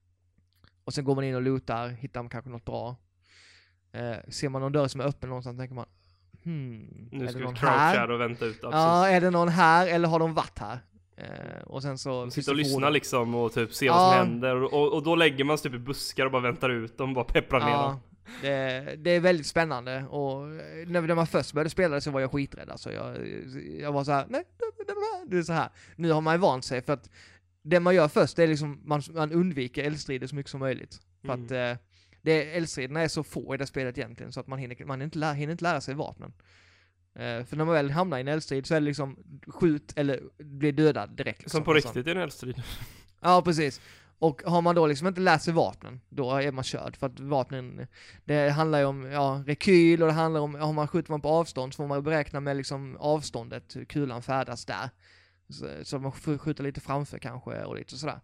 Och sen går man in och lootar. Hittar man kanske något bra. Eh, ser man någon dörr som är öppen någonstans tänker man hmm, nu är ska det någon vi här? Och vänta ut. Ja, är det någon här eller har de varit här? Eh, och sen så... Sitter och lyssnar liksom och typ ser ja. vad som händer. Och, och då lägger man sig typ i buskar och bara väntar ut dem. Bara pepprar ja. ner dem. Det, det är väldigt spännande och när man först började spela så var jag skiträdd alltså jag, jag var så här nej, det är så här. Nu har man ju vant sig för att det man gör först är liksom man, man undviker eldstrider så mycket som möjligt för mm. att eh, det, eldstriderna är så få i det spelet egentligen så att man hinner, man inte, lär, hinner inte lära sig vapnen eh, för när man väl hamnar i en eldstrid så är det liksom skjut eller blir dödad direkt liksom, som på riktigt i en eldstrid. Ja precis. Och har man då liksom inte lärt sig vapnen, då är man körd. För att vapnen, det handlar ju om ja, rekyl och det handlar om, om man skjuter man på avstånd så får man beräkna med liksom avståndet, hur kulan färdas där. Så, så man får skjuta lite framför kanske och lite sådär.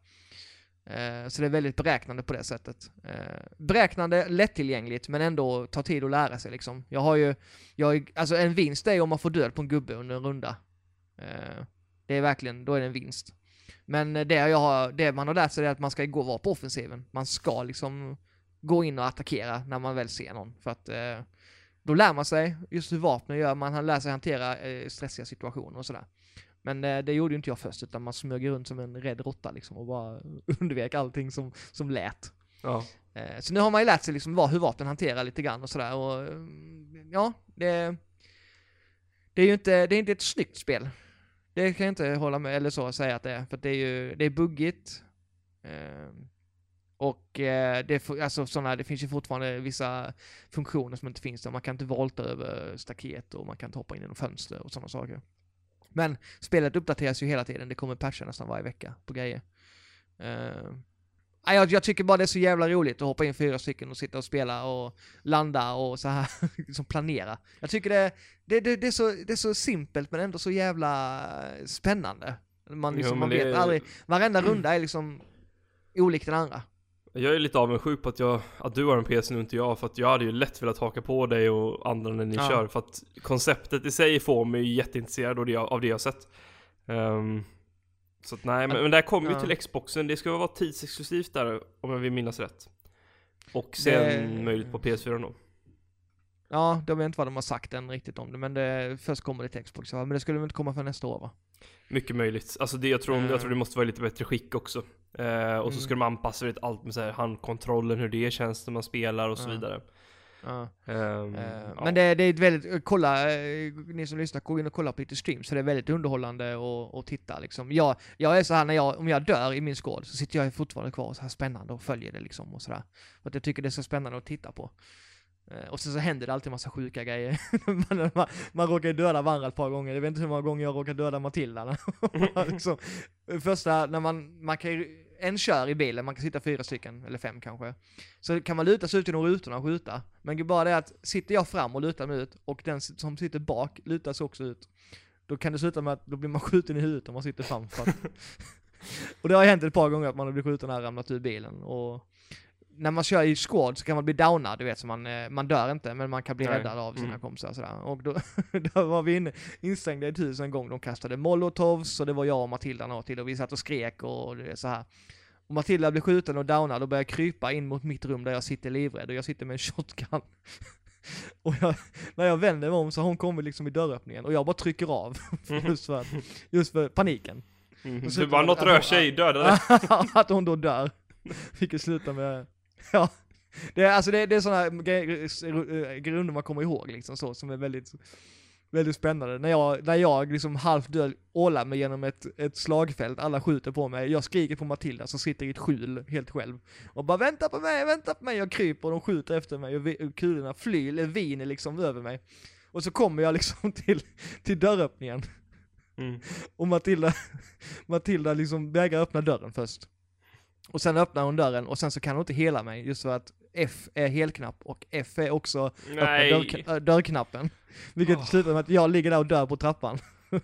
Eh, så det är väldigt beräknande på det sättet. Eh, beräknande, lättillgängligt men ändå tar tid att lära sig liksom. Jag har ju, jag, alltså en vinst är om man får död på en gubbe under en runda. Eh, det är verkligen, då är det en vinst. Men det, jag har, det man har lärt sig är att man ska gå vara på offensiven. Man ska liksom gå in och attackera när man väl ser någon. För att eh, då lär man sig just hur vapnen gör. Man lär sig hantera eh, stressiga situationer och sådär. Men eh, det gjorde ju inte jag först utan man smög runt som en rädd råtta liksom och bara undvek allting som, som lät. Ja. Eh, så nu har man ju lärt sig liksom vad, hur vapnen hanterar lite grann och sådär. Och ja, det, det är ju inte, det är inte ett snyggt spel. Det kan jag inte hålla med eller så säga att det är. För det är ju det är buggigt. Eh, och eh, det, är, alltså, såna, det finns ju fortfarande vissa funktioner som inte finns där. Man kan inte volta över staket och man kan inte hoppa in i någon fönster och sådana saker. Men spelet uppdateras ju hela tiden. Det kommer patcher nästan varje vecka på grejer. Eh, jag, jag tycker bara det är så jävla roligt att hoppa in fyra stycken och sitta och spela och landa och så här liksom planera. Jag tycker det, det, det, det, är så, det är så simpelt men ändå så jävla spännande. Man, liksom, jo, man vet är... aldrig, varenda runda är liksom olik den andra. Jag är lite avundsjuk på att, jag, att du har en P C nu inte jag, för att jag hade ju lätt velat haka på dig och andra när ni ja. kör, för att konceptet i sig får mig jätteintresserad av det, av det jag har sett. Um, Så att, nej, men, men det här kommer ju ja. till Xboxen. Det ska vara tidsexklusivt där, om jag vill minnas rätt. Och sen det... möjligt på P S fyra då. Ja, jag vet inte vad de har sagt än riktigt om det, men det, först kommer det till Xbox, men det skulle väl inte komma för nästa år, va? Mycket möjligt. Alltså det, jag, tror, mm. jag tror det måste vara lite bättre skick också. Eh, och mm. så ska de anpassa vet, allt med så här, handkontrollen, hur det känns när man spelar och så mm. vidare. Ja. Um, uh, ja. Men det, det är väldigt, kolla, ni som lyssnar, gå in och kolla på lite streams, så det är väldigt underhållande och, och titta liksom. Jag, jag är så här, när jag, om jag dör i min skåd så sitter jag fortfarande kvar så här spännande och följer det liksom och sådär. För att jag tycker det är så spännande att titta på. Uh, och sen så händer det alltid en massa sjuka grejer. man, man, man råkar döda varandra ett par gånger. Jag vet inte hur många gånger jag råkar döda Matilda. liksom, första, när man, man kan ju, en kör i bilen, man kan sitta fyra stycken, eller fem kanske. Så kan man luta sig ut genom rutorna och skjuta. Men bara det att, sitter jag fram och lutar mig ut, och den som sitter bak lutar sig också ut, då kan det sluta med att då blir man skjuten i huvudet om man sitter fram. För att och det har hänt ett par gånger att man har blivit skjuten och ramlat ur bilen. Och när man kör i squad så kan man bli downad, du vet, så man, man dör inte, men man kan bli räddad av sina mm. kompisar sådär. Och då, då var vi inne, instängda i ett hus en gång, de kastade molotovs, och det var jag och Matilda nå till, och vi satt och skrek och det är så här. Och Matilda blev skjuten och downad och började krypa in mot mitt rum där jag sitter livrädd, och jag sitter med en shotgun. Och jag, när jag vänder mig om så hon kommer liksom i dörröppningen, och jag bara trycker av just för, just för paniken. Mm. Du bara, något rör sig, dödade. Att hon då dör. Vilket slutar med... Ja, det är, alltså det, det är sådana grunder man kommer ihåg liksom, så, som är väldigt, väldigt spännande. När jag, när jag liksom halvt död ålar mig genom ett, ett slagfält, alla skjuter på mig, jag skriker på Matilda som sitter i ett skjul helt själv och bara vänta på mig, vänta på mig, jag kryper och de skjuter efter mig och, vi, och kulorna flyr, eller viner liksom över mig. Och så kommer jag liksom till, till dörröppningen. Mm. Och Matilda, Matilda liksom vägrar öppna dörren först. Och sen öppnar hon dörren, och sen så kan hon inte hela mig, just för att F är helknapp och F är också öppna dörr, dörrknappen. Vilket oh. slutar med att jag ligger där och dör på trappan.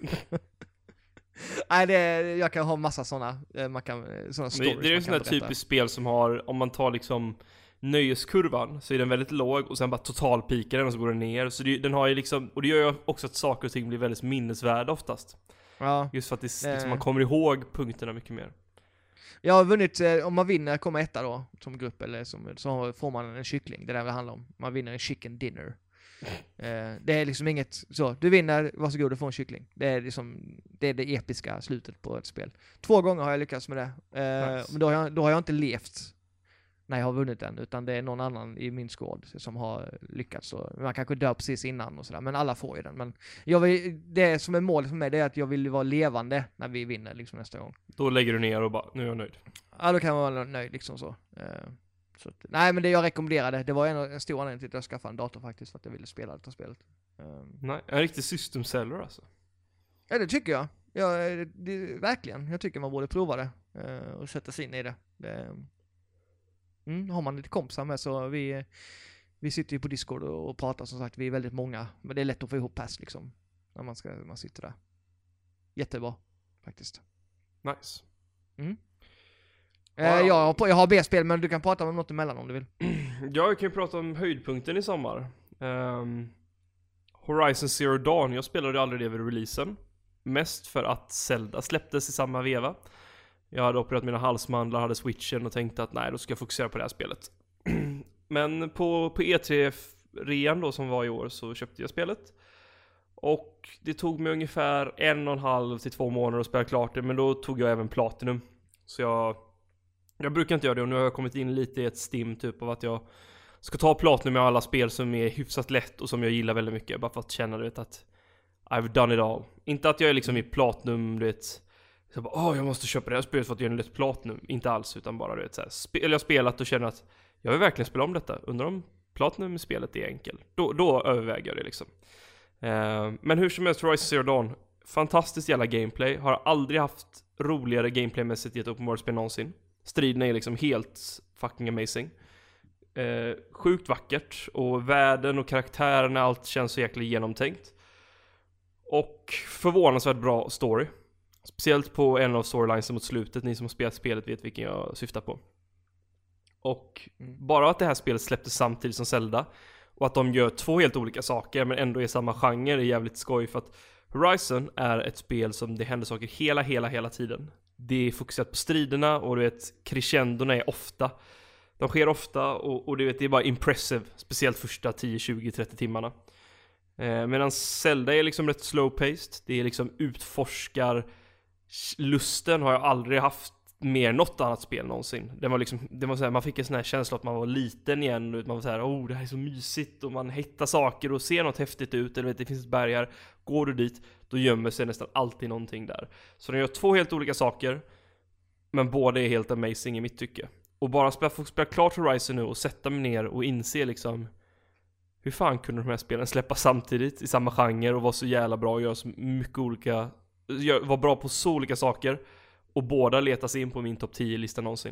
Nej, det är, jag kan ha massa sådana man kan, såna stories. Det, det är ju sådana typiskt spel som har, om man tar liksom nöjeskurvan, så är den väldigt låg, och sen bara totalpikar den och så går den ner. Så det, den har ju liksom, och det gör ju också att saker och ting blir väldigt minnesvärda oftast. Ja. Just för att det, liksom, man kommer ihåg punkterna mycket mer. Jag har vunnit, om man vinner kommer etta då, som grupp, eller som, så får man en kyckling, det är det det handlar om. Man vinner en chicken dinner. eh, det är liksom inget, så, du vinner, varsågod, du får en kyckling. Det är liksom, det är det episka slutet på ett spel. Två gånger har jag lyckats med det. Eh, nice. Men då har, jag, då har jag inte levt när jag har vunnit den, utan det är någon annan i min skåd som har lyckats. Så man kanske dör precis innan och sådär, men alla får ju den. Men jag vill, det som är målet för mig, det är att jag vill vara levande när vi vinner liksom nästa gång. Då lägger du ner och bara, nu är jag nöjd. Ja, då kan man vara nöjd liksom så. så att, nej, men det jag rekommenderade, det var en, en stor anledning till att jag skaffade en dator faktiskt, för att jag ville spela det här spelet. Nej, en riktig system seller alltså. Ja, det tycker jag. Ja, det, det, verkligen. Jag tycker man borde prova det och sätta sig in i det. det Mm, har man lite kompisar med, så vi, vi sitter ju på Discord och, och pratar, som sagt, vi är väldigt många, men det är lätt att få ihop pass liksom, när man, ska, man sitter där. Jättebra, faktiskt. Nice. Mm. Wow. Eh, jag, har, jag har B-spel, men du kan prata om något emellan om du vill. Ja, jag kan ju prata om höjdpunkten i sommar. Um, Horizon Zero Dawn, jag spelade aldrig det vid releasen. Mest för att Zelda släpptes i samma veva. Jag hade opererat mina halsmandlar, hade switchen och tänkte att nej, då ska jag fokusera på det här spelet. Men på, på E tre-rean då som var i år, så köpte jag spelet. Och det tog mig ungefär en och en halv till två månader att spela klart det, men då tog jag även Platinum. Så jag, jag brukar inte göra det, och nu har jag kommit in lite i ett stim typ av att jag ska ta Platinum med alla spel som är hyfsat lätt och som jag gillar väldigt mycket, bara för att känna, du vet, att I've done it all. Inte att jag är liksom i Platinum, du vet, så jag bara, åh, jag måste köpa det här spelet för att göra en lätt Platinum. Inte alls, utan bara, du vet, så här, spe- eller jag har spelat och känner att jag vill verkligen spela om detta. Undrar om Platinum i spelet är enkel. Då, då överväger jag det liksom. Uh, men hur som helst, Horizon Zero Dawn, fantastiskt jävla gameplay. Har aldrig haft roligare gameplaymässigt i ett open world-spel någonsin. Striden är liksom helt fucking amazing. Uh, sjukt vackert. Och världen och karaktärerna, allt känns så jäkla genomtänkt. Och förvånansvärt bra story. Speciellt på en av storylinesen mot slutet. Ni som har spelat spelet vet vilken jag syftar på. Och mm. bara att det här spelet släpptes samtidigt som Zelda, och att de gör två helt olika saker men ändå är samma genre, är jävligt skoj. För att Horizon är ett spel som det händer saker hela, hela, hela tiden. Det är fokuserat på striderna och du vet, crescendorna är ofta. De sker ofta och, och du vet, det är bara impressive. Speciellt första tio, tjugo, trettio timmarna. Eh, medan Zelda är liksom rätt slow-paced. Det är liksom utforskar. Lusten har jag aldrig haft mer något annat spel någonsin. Det var liksom, det var så här, man fick en sån här känsla att man var liten igen. Man var så här, oh det här är så mysigt. Och man hittar saker och ser något häftigt ut. Eller vet, det finns ett berg här. Går du dit, då gömmer sig nästan alltid någonting där. Så de gör två helt olika saker. Men båda är helt amazing i mitt tycke. Och bara spela, få spela klart Horizon nu och sätta mig ner och inse liksom hur fan kunde de här spelen släppa samtidigt i samma genre och vara så jävla bra och göra så mycket olika, gör, vara bra på så olika saker och båda letas in på min topp tio-lista någonsin.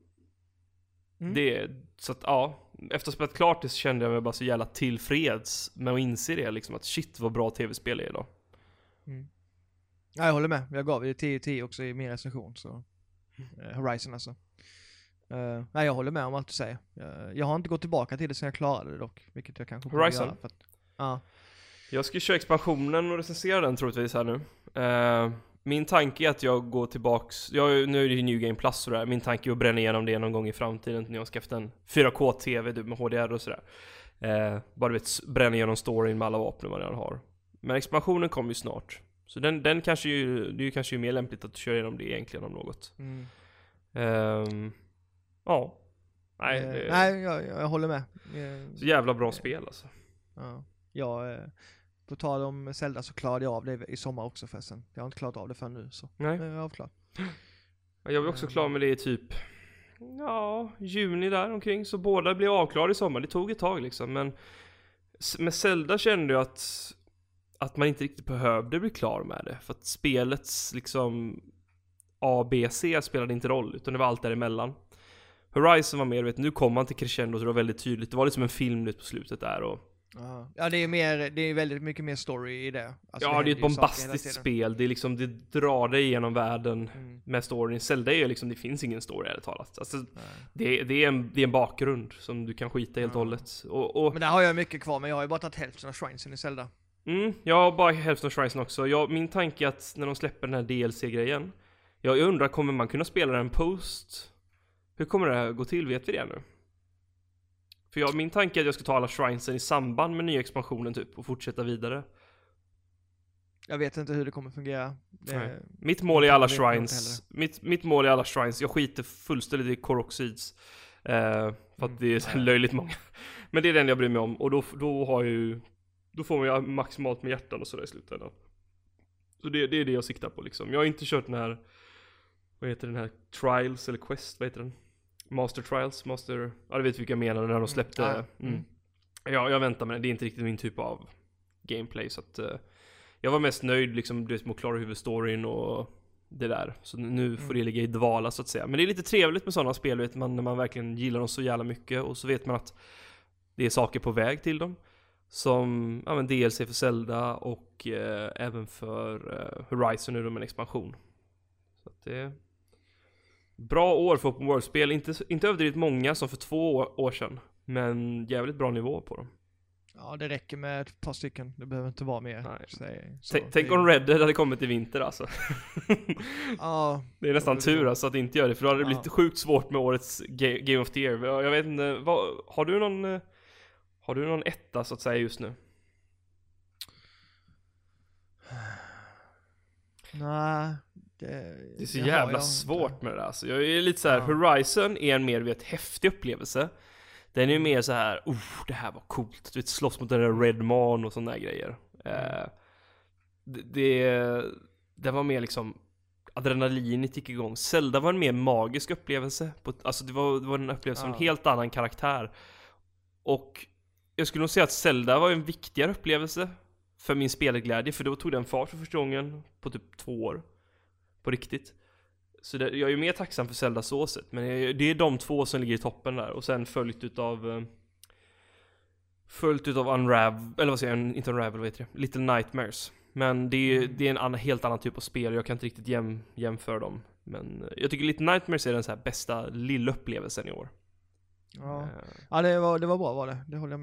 Mm. Det, så att ja, efter att ha spelat klart det så kände jag mig bara så jävla tillfreds med att inse det liksom, att shit vad bra tv-spel är idag. Mm. Ja, jag håller med, jag gav det tio tio också i min recension så uh, Horizon alltså. Uh, nej, jag håller med om allt du säger. Uh, jag har inte gått tillbaka till det sen jag klarade det dock, vilket jag kanske borde Horizon? göra för att, uh. Jag ska köra expansionen och recensera den troligtvis här nu. Uh, min tanke är att jag går tillbaks, jag, nu är det ju New Game Plus sådär. Min tanke är att bränna igenom det någon gång i framtiden när jag ska efter en fyra K-tv med H D R och sådär. Uh, bara du vet, bränna igenom storyn med alla vapen man redan har. Men expansionen kommer ju snart. Så den, den kanske ju, det är ju kanske ju mer lämpligt att köra igenom det egentligen om något. Mm. Um, Ja. Nej, eh, det... nej jag, jag håller med. Eh, så jävla bra eh, spel alltså. Ja. Jag, eh, på tal om Zelda så klarade jag av det i sommar också förresten. Jag har inte klarat av det förrän nu så. Nej. Jag är avklar. Jag var också klar med det i typ ja, juni där omkring. Så båda blev avklarade i sommar. Det tog ett tag liksom. Men med Zelda kände jag att att man inte riktigt behövde bli klar med det. För att spelets liksom A, B, C spelade inte roll. Utan det var allt däremellan. Horizon var mer, vet, nu kom man till crescendo så det var väldigt tydligt. Det var liksom en film på slutet där och... Ja, det är mer, det är väldigt mycket mer story i det. Alltså, ja, det, det är ett bombastiskt spel. Det är liksom, det drar dig igenom världen mm. med storyn. Zelda är ju liksom, det finns ingen story ärligt talat. Alltså, det, det, är en, det är en bakgrund som du kan skita helt och ja. hållet. Och, och... Men där har jag mycket kvar, men jag har ju bara tagit hälften av shrinesen i Zelda. Mm, jag har bara hälften av shrisen också. Jag, min tanke är att när de släpper den här D L C-grejen, jag, jag undrar, kommer man kunna spela den post... Hur kommer det här gå till? Vet vi det nu? För jag, min tanke är att jag ska ta alla shrinesen i samband med nya expansionen typ och fortsätta vidare. Jag vet inte hur det kommer fungera. Det... Mitt mål är alla shrines. Mitt, mitt mål är alla shrines. Jag skiter fullständigt i Koroxids. Eh, för att det är så löjligt många. Men det är den jag bryr mig om. Och då, då har jag ju... Då får man ju maximalt med hjärtan och sådär i slutändan. Så det, det är det jag siktar på liksom. Jag har inte kört den här... Vad heter den här? Trials eller Quest, vad heter den? Master Trials, Master... Ja, du vet vilka jag menar när de släppte... Mm. Mm. Ja, jag väntar med det. Det är inte riktigt min typ av gameplay, så att... Uh, jag var mest nöjd liksom, du vet, med att klara huvudstoryn och det där. Så nu får det ligga i dvala, så att säga. Men det är lite trevligt med sådana spel, vet man, när man verkligen gillar dem så jävla mycket. Och så vet man att det är saker på väg till dem. Som ja, men D L C för Zelda och uh, även för uh, Horizon nu med en expansion. Så att det... Bra år för open world-spel, inte, inte överdrivet många som för två år, år sedan, men jävligt bra nivå på dem. Ja, det räcker med ett par stycken, det behöver inte vara mer. Så, så, Tänk om Red Dead hade kommit i vinter alltså. Ja, det är nästan tur alltså att det inte gör det, för då hade det blivit ja. sjukt svårt med årets Ga- Game of the Year. Jag vet inte, vad, har du någon har du någon etta så att säga just nu? Nej. Det, det är så det jävla svårt inte. Med det alltså. Jag är lite så här, ja. Horizon är en mer vet, häftig upplevelse. Den är ju mer så här, oh, det här var coolt. Du vet, slåss mot den där Redman och såna där grejer. Mm. Eh, det, det, det var mer liksom adrenalinet gick igång. Zelda var en mer magisk upplevelse. På, alltså det var, det var en upplevelse av ja. En helt annan karaktär. Och jag skulle nog säga att Zelda var en viktigare upplevelse för min spelglädje. För då tog den fart för första gången på typ två år. På riktigt. Så det, jag är ju mer tacksam för Zelda såset. Men det är de två som ligger i toppen där. Och sen följt utav Följt utav Unravel. Eller vad säger jag? Inte Unravel, vad heter det? Little Nightmares. Men det är, det är en annan, helt annan typ av spel. Jag kan inte riktigt jäm, jämföra dem. Men jag tycker Little Nightmares är den så här bästa lilla upplevelsen i år. Ja, uh. ja det, var, det var bra var det. Det håller jag med om.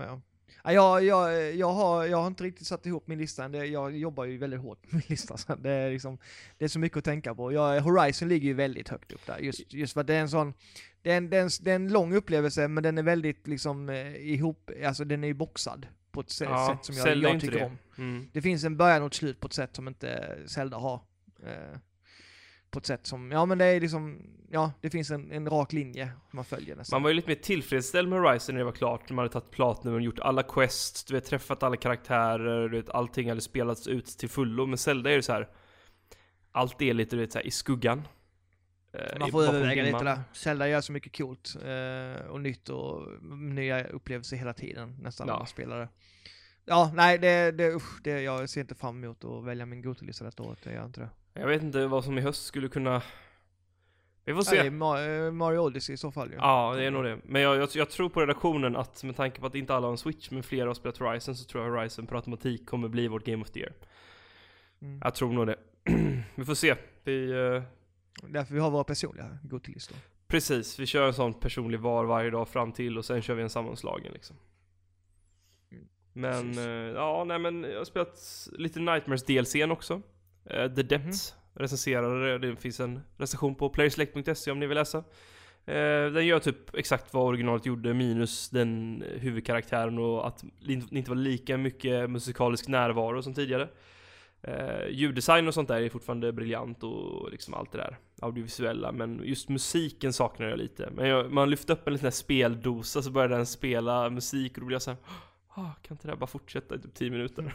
Ja, jag, jag, jag, har, jag har inte riktigt satt ihop min lista. Det, jag jobbar ju väldigt hårt med min lista. Så det, är liksom, det är så mycket att tänka på. Jag, Horizon ligger ju väldigt högt upp där. Just, just för att det är en sån... Det är en, det, är en, det är en lång upplevelse, men den är väldigt liksom eh, ihop... Alltså den är ju boxad på ett Ja, sätt som jag, Zelda är jag inte tycker det. om. Mm. Det finns en början och ett slut på ett sätt som inte Zelda har. Eh, på ett sätt som... Ja, men det är liksom... Ja, det finns en, en rak linje man följer nästan. Man var ju lite mer tillfredsställd med Horizon när det var klart. När man hade tagit platinum och gjort alla quests, du vet, träffat alla karaktärer, du vet, allting hade spelats ut till fullo. Men Zelda är ju så här. Allt är lite, du vet, så här, i skuggan. Eh, Man i- får bakom överväga dimman. lite där. Zelda gör så mycket coolt eh, och nytt och nya upplevelser hela tiden. Nästan Ja. alla spelare. Ja, nej, det, det, usch, det, jag ser inte fram emot att välja min Goto-lista detta året. Det gör inte det. Jag vet inte vad som i höst skulle kunna... Vi får se. Ja, det är Ma- eh, Mario Odyssey i så fall ju. Ja, det är nog det. Men jag, jag, jag tror på redaktionen att med tanke på att inte alla har en Switch men flera har spelat Horizon, så tror jag Horizon per automatik kommer bli vårt Game of the Year. Mm. Jag tror nog det. Vi får se. Vi, eh, Därför vi har våra personliga Goto-listor. precis, vi kör en sån personlig var varje dag fram till och sen kör vi en sammanslagen liksom. Mm. Men, Precis. eh, ja, nej men jag har spelat lite Nightmares D L C:n också. Eh, The Depths. Recenserade det. Det finns en recension på playerselect punkt se om ni vill läsa. Eh, den gör typ exakt vad originalet gjorde, minus den huvudkaraktären och att det inte var lika mycket musikalisk närvaro som tidigare. Eh, ljuddesign och sånt där är fortfarande briljant och liksom allt det där audiovisuella, men just musiken saknar jag lite. Men jag, man lyfte upp en liten här speldosa så började den spela musik och då blev jag såhär, ah, kan inte det här bara fortsätta i typ tio minuter?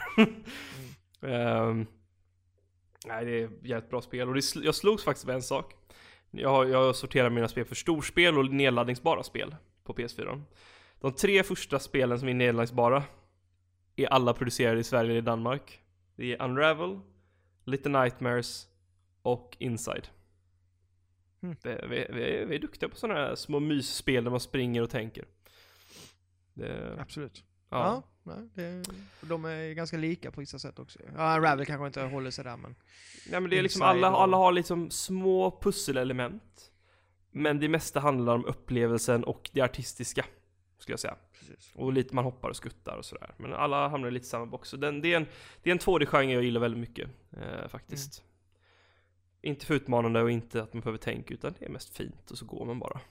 Mm. eh, Nej, det är ett jävligt bra spel. Och det, sl- jag slogs faktiskt med en sak. Jag, har- jag sorterar mina spel för storspel och nedladdningsbara spel på P S fyra. De tre första spelen som är nedladdningsbara är alla producerade i Sverige eller i Danmark. Det är Unravel, Little Nightmares och Inside. Mm. Vi, vi, vi, vi är duktiga på sådana här små mysspel där man springer och tänker. Det, Absolut. ja. Ja, nej, det, de är ganska lika på vissa sätt också. Ja, Ravel kanske inte håller sig där, men... Ja, men det är liksom Inside alla, och- alla har liksom små pusselelement. Men det mesta handlar om upplevelsen och det artistiska, skulle jag säga. Precis. Och lite man hoppar och skuttar och sådär. Men alla hamnar i lite samma box. Så den, det, är en, det är en två D-genre jag gillar väldigt mycket, eh, faktiskt. Inte för utmanande och inte att man behöver tänka, utan det är mest fint och så går man bara.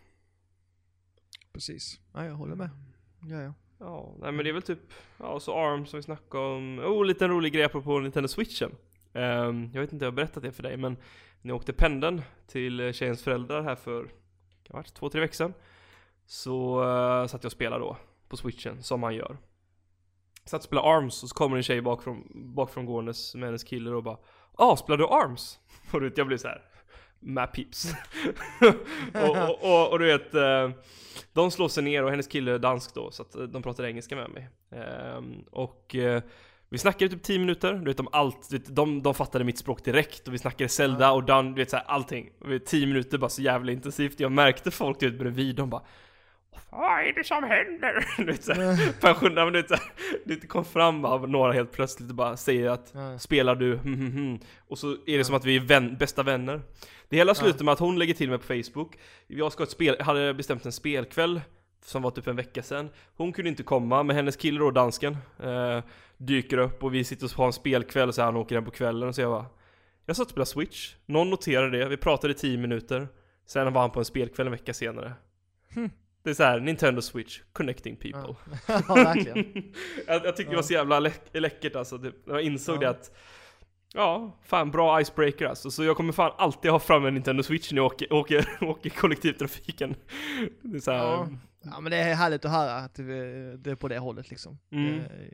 Precis. Ja, jag håller med. Ja, ja. Ja, nej men det är väl typ, ja, så ARM som vi snackade om. Oh, lite en rolig grej på Nintendo Switchen. Um, jag vet inte om jag har berättat det för dig, men när jag åkte pendeln till tjejens föräldrar här för, kan det ha varit två, tre veckor sedan, så uh, satt jag och spelade då på Switchen, som man gör. Satt och spelade ARMS och så kommer en tjej bakifrån, bakifrån gåendes med hennes kille och bara, ah, spelar du ARMS? Och du vet, jag blir så här, med pips. och, och, och, och du vet, eh, de slår sig ner och hennes kille är dansk då, så att eh, de pratar engelska med mig. Ehm, och eh, vi snackade typ tio minuter, du vet, om allt, du vet, de, de fattade mitt språk direkt och vi snackade Zelda och Dan, du vet, så här, allting. Och vi, tio minuter bara så jävla intensivt. Jag märkte folk du vet, bredvid, de bara, vad är det som händer? Du vet, såhär, pensionärer, men du vet, såhär, det kom fram av några helt plötsligt och bara säger att Ja. spelar du, hm, hm, hm. Och så är det som att vi är vän, bästa vänner. Det hela slutar med att hon lägger till mig på Facebook. Jag ska ha ett spel, hade bestämt en spelkväll som var typ en vecka sedan. Hon kunde inte komma, men hennes kille då, dansken, eh, dyker upp och vi sitter och har en spelkväll och så här, han åker hem på kvällen och så jag bara, jag satt och spelade Switch, någon noterade det, vi pratade i tio minuter, sen var han på en spelkväll en vecka senare. Hm. Det är så här, Nintendo Switch, connecting people. Ja, ja verkligen. jag, jag tycker det var så jävla läck- läckert alltså, det, jag insåg Ja. det att, ja, fan bra icebreaker alltså. Så jag kommer fan alltid ha fram en Nintendo Switch när jag åker, åker, åker kollektivtrafiken. Det är så här, Ja. Ja, men det är härligt att höra att det det är på det hållet liksom. Mm. Det-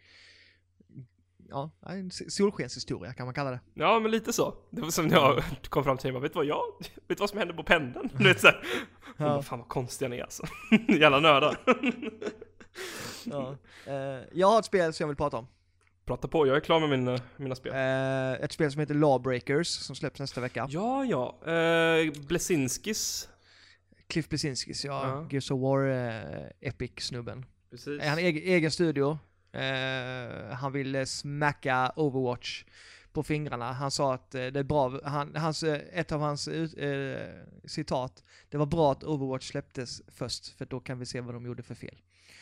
Ja, en solskenshistoria kan man kalla det. ja men lite så. Det var som när jag kom fram till mig, vet du vad jag, vet du vad som hände på pendeln? Du vet så här, Ja. bara, fan vad konstiga ni är alltså. Jävla nördar. Ja. Eh, jag har ett spel som jag vill prata om. Prata på, jag är klar med mina, mina spel. Eh, ett spel som heter Lawbreakers som släpps nästa vecka. Ja, ja. Eh, Blesinskis. Cliff Bleszinskis, ja. Ja. Gears of War, eh, Epic-snubben. Precis. Han har egen, egen studio. Eh, han ville smacka Overwatch på fingrarna. Han sa att eh, det är bra. Han, hans, eh, ett av hans ut- eh, citat. Det var bra att Overwatch släpptes först. För då kan vi se vad de gjorde för fel.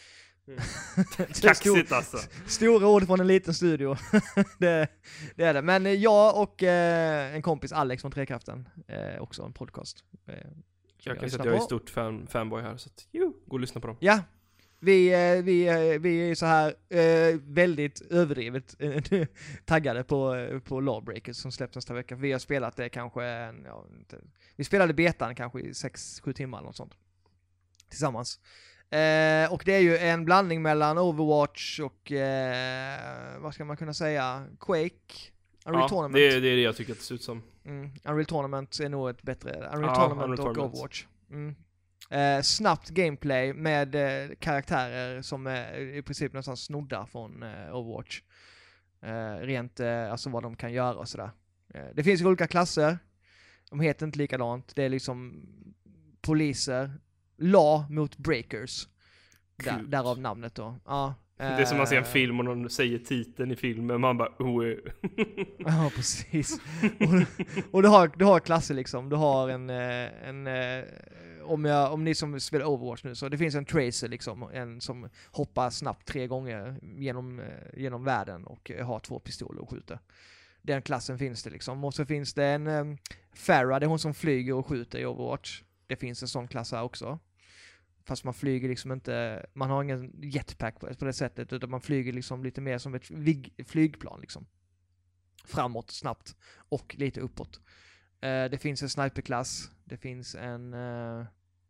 Mm. Kaxigt alltså. Stora ord från en liten studio. det, det är det. Men jag och eh, en kompis, Alex från Trekraften, eh, också en podcast. Eh, jag kan säga att jag är stort fan, fanboy här, så att, jo, gå och lyssna på dem. Ja, vi, eh, vi, eh, vi är så här eh, väldigt överdrivet eh, taggade på, eh, på Lawbreakers som släpps nästa vecka. Vi har spelat det kanske, en, ja, inte, vi spelade betan kanske i sex sju timmar eller något sånt. Tillsammans. Eh, och det är ju en blandning mellan Overwatch och eh, vad ska man kunna säga, Quake, Unreal ja, Tournament. Det är, det är det jag tycker att det ser ut som. Mm, Unreal Tournament är nog ett bättre, Unreal ja, Tournament Unreal och Tournament. Overwatch. Mm. Eh, snabbt gameplay med eh, karaktärer som är i princip nästan snodda från eh, Overwatch. Eh, rent, eh, alltså vad de kan göra och sådär. Eh, det finns olika klasser. De heter inte likadant. Det är liksom poliser. Law mot breakers. Där, därav namnet då. Ja, det är som man ser en eh, film och någon säger titeln i filmen. Man bara, oh. Ja, precis. och och du, har, du har klasser liksom. Du har en... eh, en eh, om, jag, om ni som spelar Overwatch nu, så det finns en tracer liksom. En som hoppar snabbt tre gånger genom, eh, genom världen och har två pistoler och skjuter. Den klassen finns det liksom. Och så finns det en um, Farah, det är hon som flyger och skjuter i Overwatch. Det finns en sån klass här också. Fast man flyger liksom inte, man har ingen jetpack på, på det sättet, utan man flyger liksom lite mer som ett vig, flygplan liksom. Framåt, snabbt och lite uppåt. Uh, det finns en sniperklass, det finns en, uh,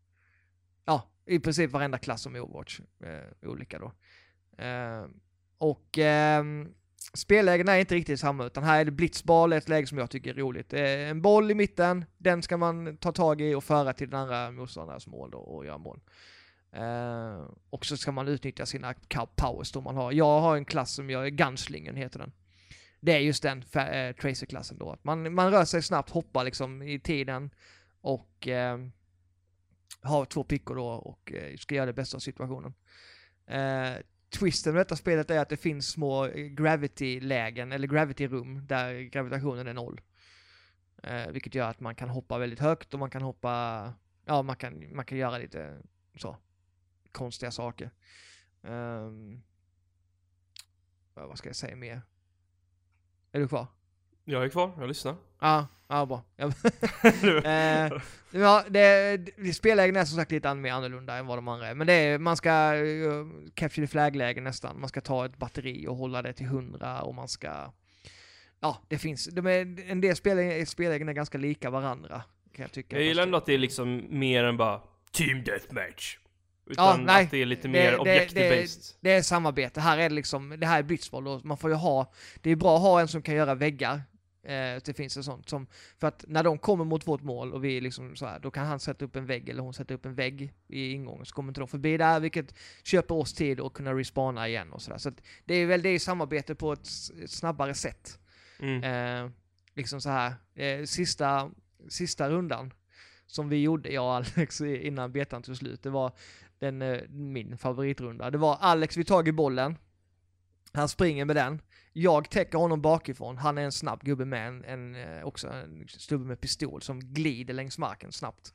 ja, i princip varenda klass som i Overwatch, uh, olika då. Uh, och uh, spellägena är inte riktigt samma, utan här är det blitzball, ett läge som jag tycker är roligt. Det är en boll i mitten, den ska man ta tag i och föra till den andra motståndarens mål då, och göra mål. Uh, och så ska man utnyttja sina powers då man har. Jag har en klass som jag är Gunslingen heter den. Det är just den äh, Tracer-klassen då. Man, man rör sig snabbt, hoppar liksom i tiden och uh, har två pickor då och uh, ska göra det bästa av situationen. Uh, Twisten med detta spelet är att det finns små gravity-lägen, eller gravity-rum, där gravitationen är noll. Eh, vilket gör att man kan hoppa väldigt högt och man kan hoppa, ja man kan, man kan göra lite så konstiga saker. Um, vad ska jag säga mer? Är du kvar? Jag är kvar, jag lyssnar. Ja, ja bra. eh, ja, det, det spellägen är som sagt lite mer annorlunda än vad de andra är. Men det är, man ska uh, capture the flag-lägen nästan. Man ska ta ett batteri och hålla det till hundra och man ska... Ja, det finns... De är, en del spellägen, spellägen är ganska lika varandra, kan jag tycka. Jag gillar ändå att det är liksom mer än bara Team Deathmatch. Utan ja, nej, att det är lite mer objective-based. Det, det är samarbete. Här är det liksom... Det här är blitzball och man får ju ha... Det är bra att ha en som kan göra väggar. Eh, det finns ett sånt som, för att när de kommer mot vårt mål och vi liksom så här, då kan han sätta upp en vägg eller hon sätta upp en vägg i ingången, så kommer inte de förbi där, vilket köper oss tid och kunna respawna igen och sådär. Så att det är väl det i samarbete på ett, ett snabbare sätt. Mm. Eh, liksom så här, eh, sista, sista rundan som vi gjorde, jag och Alex innan betan tog slut, det var den, eh, min favoritrunda. Det var Alex, vi tag i bollen, han springer med den. Jag täcker honom bakifrån. Han är en snabb gubbe med en, en också en stubbe med pistol som glider längs marken snabbt.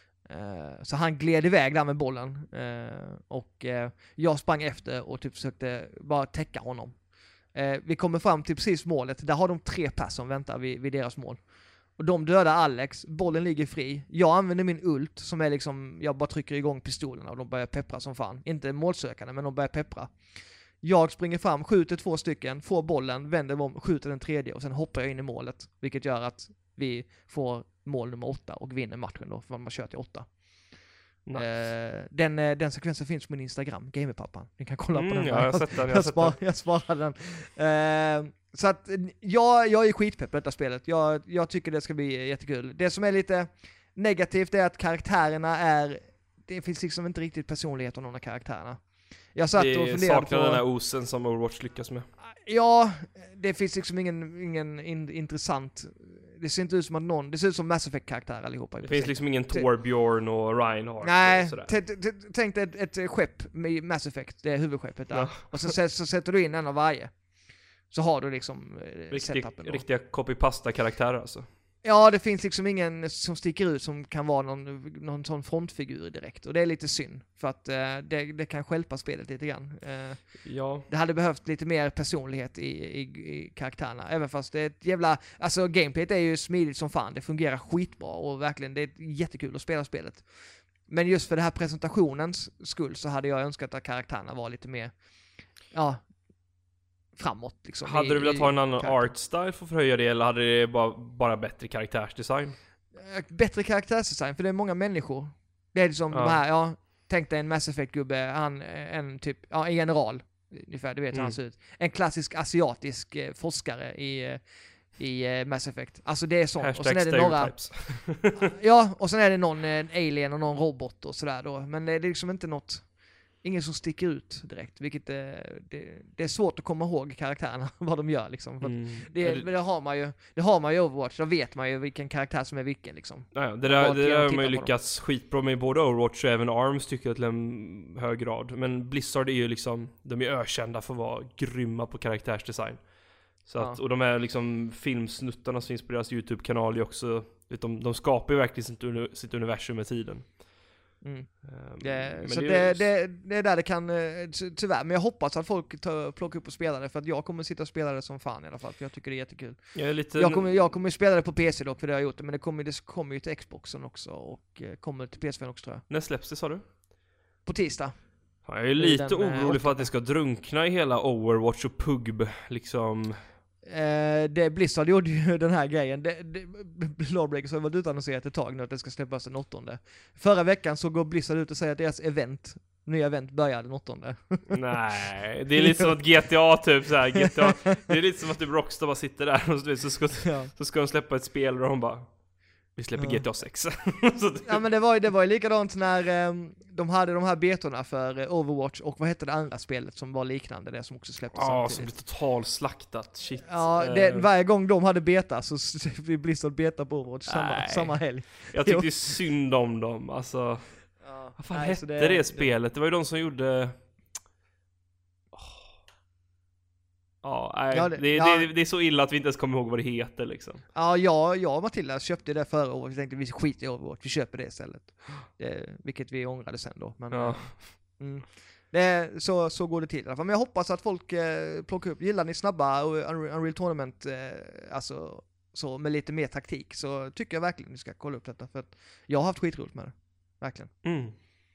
Uh, så han gled iväg där med bollen. Uh, och uh, jag sprang efter och typ försökte bara täcka honom. Uh, vi kommer fram till precis målet. Där har de tre pass som väntar vid, vid deras mål. Och de dödar Alex. Bollen ligger fri. Jag använder min ult som är liksom, jag bara trycker igång pistolerna och de börjar peppra som fan. Inte målsökande, men de börjar peppra. Jag springer fram, skjuter två stycken, får bollen, vänder om, skjuter den tredje och sen hoppar jag in i målet. Vilket gör att vi får mål nummer åtta och vinner matchen då, för man kör till åtta. Nice. Eh, den, den sekvensen finns på min Instagram, Gamerpappan. Ni kan kolla mm, på den. Ja, jag har sett den. Jag, jag, spar, jag sparade den. Eh, så att jag, jag är skitpepp på detta spelet. Jag, jag tycker det ska bli jättekul. Det som är lite negativt är att karaktärerna är... Det finns liksom inte riktigt personlighet av någon av karaktärerna. Jag satt och funderade saknar på... den här osen som Overwatch lyckas med. Ja, det finns liksom ingen, ingen in, intressant... Det ser inte ut som att någon... Det ser ut som Mass Effect-karaktär allihopa. Det finns liksom ingen Torbjörn och Reinhardt. Nej, tänk dig ett, ett skepp med Mass Effect, det är huvudskeppet där. Ja. Och så, så, så sätter du in en av varje. Så har du liksom Riktig, riktiga copy-pasta-karaktärer alltså. Ja, det finns liksom ingen som sticker ut som kan vara någon, någon sån frontfigur direkt. Och det är lite synd, för att eh, det, det kan stjälpa spelet lite grann. Eh, Ja. Det hade behövt lite mer personlighet i, i, i karaktärerna. Även fast det är ett jävla... Alltså gameplayet är ju smidigt som fan. Det fungerar skitbra och verkligen, det är jättekul att spela spelet. Men just för det här presentationens skull så hade jag önskat att karaktärerna var lite mer... Ja... framåt liksom. Hade i, du velat ha en annan karaktär. art style för att förhöja det, eller hade det bara, bara bättre karaktärsdesign? Bättre karaktärsdesign, för det är många människor. Det är liksom Ja. de här, ja, tänk dig en Mass Effect-gubbe, han, en typ, ja, en general, ungefär, du vet hur Mm. han ser ut. En klassisk asiatisk eh, forskare i, eh, i eh, Mass Effect. Alltså det är sånt. Och sen Hashtag är det några, stereotypes. ja, och sen är det någon en alien och någon robot och sådär då. Men det är liksom inte något, ingen som sticker ut direkt, vilket eh, det, det är svårt att komma ihåg karaktärerna, vad de gör liksom. För att Mm. det, Ja, det, det har man ju, det har man ju i Overwatch, då vet man ju vilken karaktär som är vilken liksom. ja, det Jag där, har det inte där har tittat man ju på dem. lyckats skitbra med i både Overwatch och även ARMS, tycker jag, till en hög grad. Men Blizzard är ju liksom, de är ökända för att vara grymma på karaktärsdesign. Så att, Ja. och de här liksom filmsnuttarna som finns på deras YouTube-kanal är också, de, de skapar ju verkligen sitt, uni- sitt universum med tiden. Mm. Ehm, Det, men så är det, ju- det, det är där det kan, eh, ty- tyvärr, men jag hoppas att folk tar, plockar upp och spelar det, för att jag kommer sitta och spela det som fan i alla fall, för jag tycker det är jättekul. jag är lite... Jag kommer, jag kommer spela det på P C dock, för det har jag gjort det, men det kommer, det kommer ju till Xboxen också, och eh, kommer till P S fem också tror jag. När släpps det, sa du? På tisdag. Ja, jag är är lite den, eh, orolig för åtta. att det ska drunkna i hela Overwatch och P U B, liksom. Eh, det, Blizzard gjorde ju den här grejen, det, det, Lawbreakers har varit utannonserat ett tag nu att det ska släppas den åttonde. Förra veckan så går Blizzard ut och säger att deras event, nya event börjar den åttonde. Nej, det är lite som att G T A typ så här, G T A, det är lite som att typ Rockstar bara sitter där och så, så, ska, Ja. så ska de släppa ett spel och de bara, vi släpper Ja. G T A sex. Så det, Ja men det var ju, det var ju likadant när um, de hade de här betorna för uh, Overwatch, och vad hette det andra spelet som var liknande, det som också släpptes ja, som samtidigt. blir total slaktat, shit. Ja, Eh, det, varje gång de hade beta så blir Blizzard beta på Overwatch samma, Nej. samma helg. jag tyckte synd om dem, alltså. Ja, Vad fan nej, så hette det, spelet? Det var ju de som gjorde... Åh. Ja, nej, Ja, det, det- det, ja. det, det är så illa att vi inte ens kommer ihåg vad det heter liksom. Ja, jag, jag och Matilda köpte det förra året, vi tänkte vi skiter i Overwatch, vi köper det istället. Det, vilket vi ångrade sen då. Men, Ja. mm. det, så, så går det till i alla fall. Men jag hoppas att folk eh, plockar upp, gillar ni snabba och Unreal, Unreal Tournament, eh, alltså så med lite mer taktik, så tycker jag verkligen ni ska kolla upp detta, för att jag har haft skitroligt med det. Verkligen. Mm.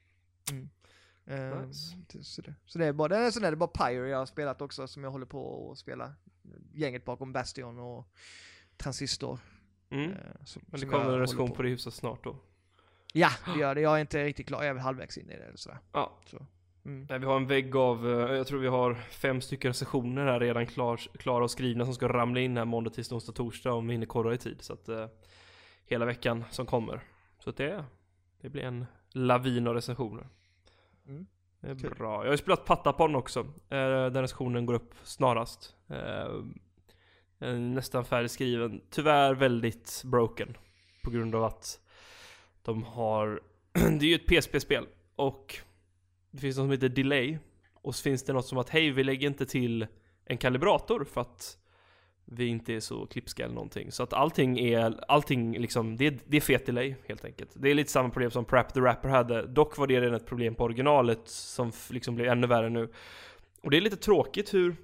Eh, Nice. det- så, det, så det är bara, det är, så det är bara Pyre jag har spelat också, som jag håller på att spela. Gänget bakom Bastion och Transistor. Mm. eh, som, Men det som kommer jag en håller recension på det hyfsat snart då. Ja, det gör det. Jag är inte riktigt klar, jag är väl halvvägs in i det eller sådär. Ja. Så. Mm. Nej, vi har en vägg av, eh, jag tror vi har fem stycken recensioner här redan klar, klara och skrivna som ska ramla in här måndag, tisdag, onsdag, torsdag om vi hinner korra i tid. Så att eh, hela veckan som kommer. Så att det, det blir en lavin av recensioner. Mm. Det är Kul. bra. Jag har ju spelat Patapon också. Eh, den recensionen går upp snarast. Eh, den är nästan färdigskriven. Tyvärr väldigt broken. På grund av att de har... det är ju ett P S P-spel. Och det finns något som heter delay. Och så finns det något som att hej, vi lägger inte till en kalibrator för att vi inte är så klipska eller någonting. Så att allting är, allting liksom, det är, det är fet delay helt enkelt. Det är lite samma problem som Prap the Rapper hade. Dock var det redan ett problem på originalet som f- liksom blev ännu värre nu. Och det är lite tråkigt hur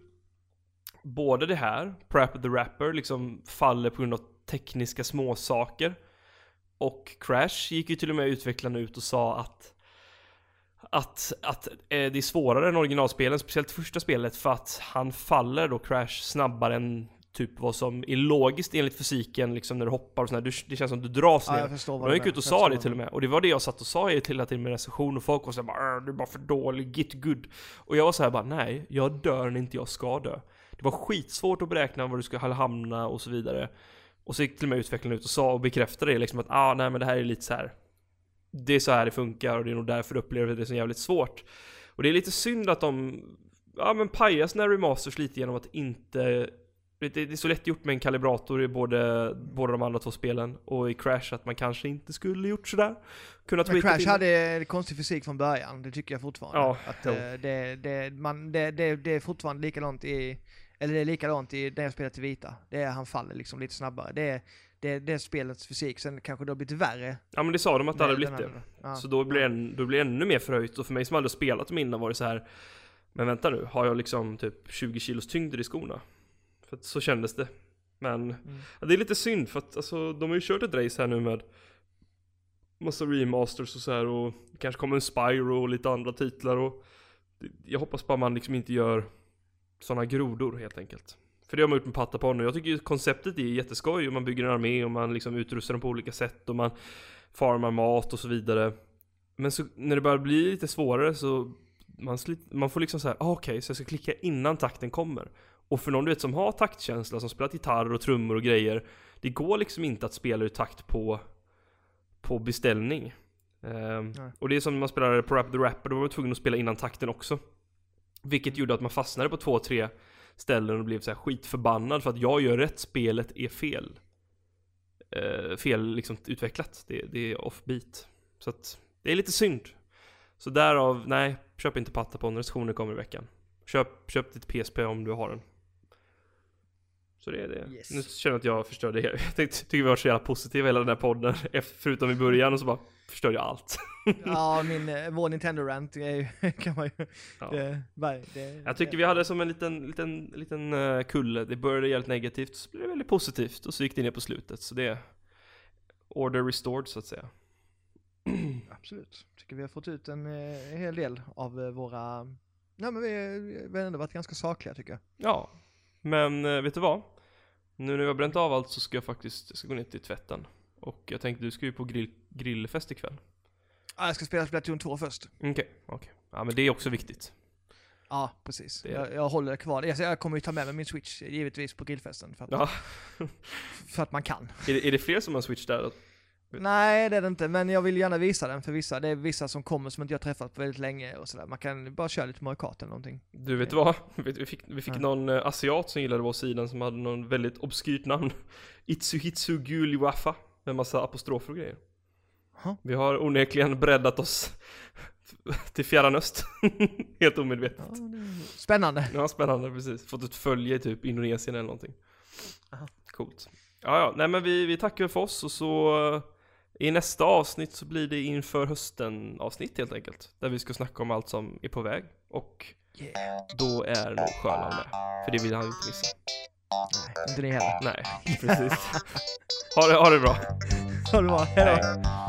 både det här, Prap the Rapper, liksom faller på grund av tekniska småsaker. Och Crash gick ju till och med utvecklarna ut och sa att att, att eh, det är svårare än originalspelen, speciellt första spelet, för att han faller då, Crash, snabbare än typ vad som är logiskt enligt fysiken, liksom när du hoppar och sådär. Du, det känns som du dras Ja, ner. jag förstår vad Och du jag gick ut och menar. sa Jag det förstår till och med. Och det var det jag satt och sa i till hela tiden med recension, och folk var såhär bara, "Äh, du är bara för dålig, get good." Och jag var så här bara, nej, jag dör när inte jag ska dö. Det var skitsvårt att beräkna var du ska hamna och så vidare. Och så gick till och med utvecklaren ut och sa och bekräftade det liksom att, ah, nej men det här är lite så här. Det är så här det funkar och det är nog därför du upplever det som jävligt svårt. Och det är lite synd att de, ja men pajar sina remasters lite genom att inte, det är så lätt gjort med en kalibrator i både, både de andra två spelen, och i Crash att man kanske inte skulle gjort sådär. Kunnat Men tweeta Crash till. hade konstig fysik från början, det tycker jag fortfarande. Ja, att jo. eh, det, det, man, det, det, det är fortfarande likadant i, eller det är likadant i det jag spelar till vita. Det är han faller liksom lite snabbare. Det är, det, det är spelets fysik. Sen kanske det har blivit värre. Ja, men det sa de att det hade blivit det. Ja. Så då blir, en, då blir det ännu mer förhöjt. Och för mig som aldrig spelat dem innan var det så här, men vänta nu, har jag liksom typ tjugo kilos tyngder i skorna? För att så kändes det. Men mm. ja, det är lite synd för att alltså, de har ju kört ett race här nu med massa remasters och så här, och kanske kommer en Spyro och lite andra titlar, och jag hoppas bara man liksom inte gör såna grodor helt enkelt. För det har man gjort med Patapon, och jag tycker ju konceptet är jätteskoj, och man bygger en armé och man liksom utrustar dem på olika sätt och man farmar mat och så vidare. Men så, när det börjar bli lite svårare så man, slit, man får liksom så här, ah, okej, okay, så jag ska klicka innan takten kommer. Och för någon du vet som har taktkänsla, som spelar gitarr och trummor och grejer, det går liksom inte att spela ut takt på på beställning. Um, och det är som när man spelade på Rap the Rapper, då var man tvungen att spela innan takten också. Vilket gjorde att man fastnade på två, tre ställen och blev så här skitförbannad för att jag gör rätt, spelet är fel. Uh, fel liksom utvecklat. Det, det är offbeat. Så att det är lite synd. Så därav, nej, köp inte Patapon, recensioner kommer i veckan. Köp, köp ditt P S P om du har den. Så det är det. Yes. Nu känner jag att jag förstör det. Jag tänkte, tycker vi var så jävla positiva hela den här podden. Förutom i början, och så bara förstör jag allt. Ja, min, vår Nintendo-rant är ju, kan man ju... Ja. Det, det, jag tycker vi hade som en liten, liten, liten uh, kulle. Det började jävligt negativt, så blev det väldigt positivt. Och så gick det ner på slutet. Så det är order restored, så att säga. Absolut. Tycker vi har fått ut en, en hel del av våra... Nej, men vi, vi har ändå varit ganska sakliga, tycker jag. Ja. Men vet du vad? Nu när vi har bränt av allt så ska jag faktiskt jag ska gå ner till tvätten. Och jag tänkte du ska ju på grill, grillfest ikväll. Ja, jag ska spela Splatoon två först. Okej, okay, okej. Okay. Ja, men det är också viktigt. Ja, precis. Jag, jag håller kvar. Jag, jag kommer ju ta med mig min Switch givetvis på grillfesten. För att, ja. för att man kan. Är det, är det fler som har Switch där? Nej, det är det inte. Men jag vill gärna visa den för vissa. Det är vissa som kommer som inte jag träffat på väldigt länge och sådär. Man kan bara köra lite Mario Kart eller någonting. Du vet vad? Vi fick, vi fick ja. någon uh, asiat som gillade vår sidan som hade någon väldigt obskyrt namn. Itsuhitsu Guliwafa. Med massa apostrofer och grejer. Huh? Vi har onekligen breddat oss till fjärran öst. Helt omedvetet. Ja, spännande. Ja, spännande, precis. Fått ett följe i typ Indonesien eller någonting. Aha. Coolt. Ja, ja. Nej, men vi, vi tackar för oss, och så... Uh, i nästa avsnitt så blir det inför hösten avsnitt helt enkelt. Där vi ska snacka om allt som är på väg. Och yeah. då är nog Sjöland med. För det vill han inte missa. Nej, inte det heller. Nej, precis. ha, det, ha det bra. Ha det bra, hej då.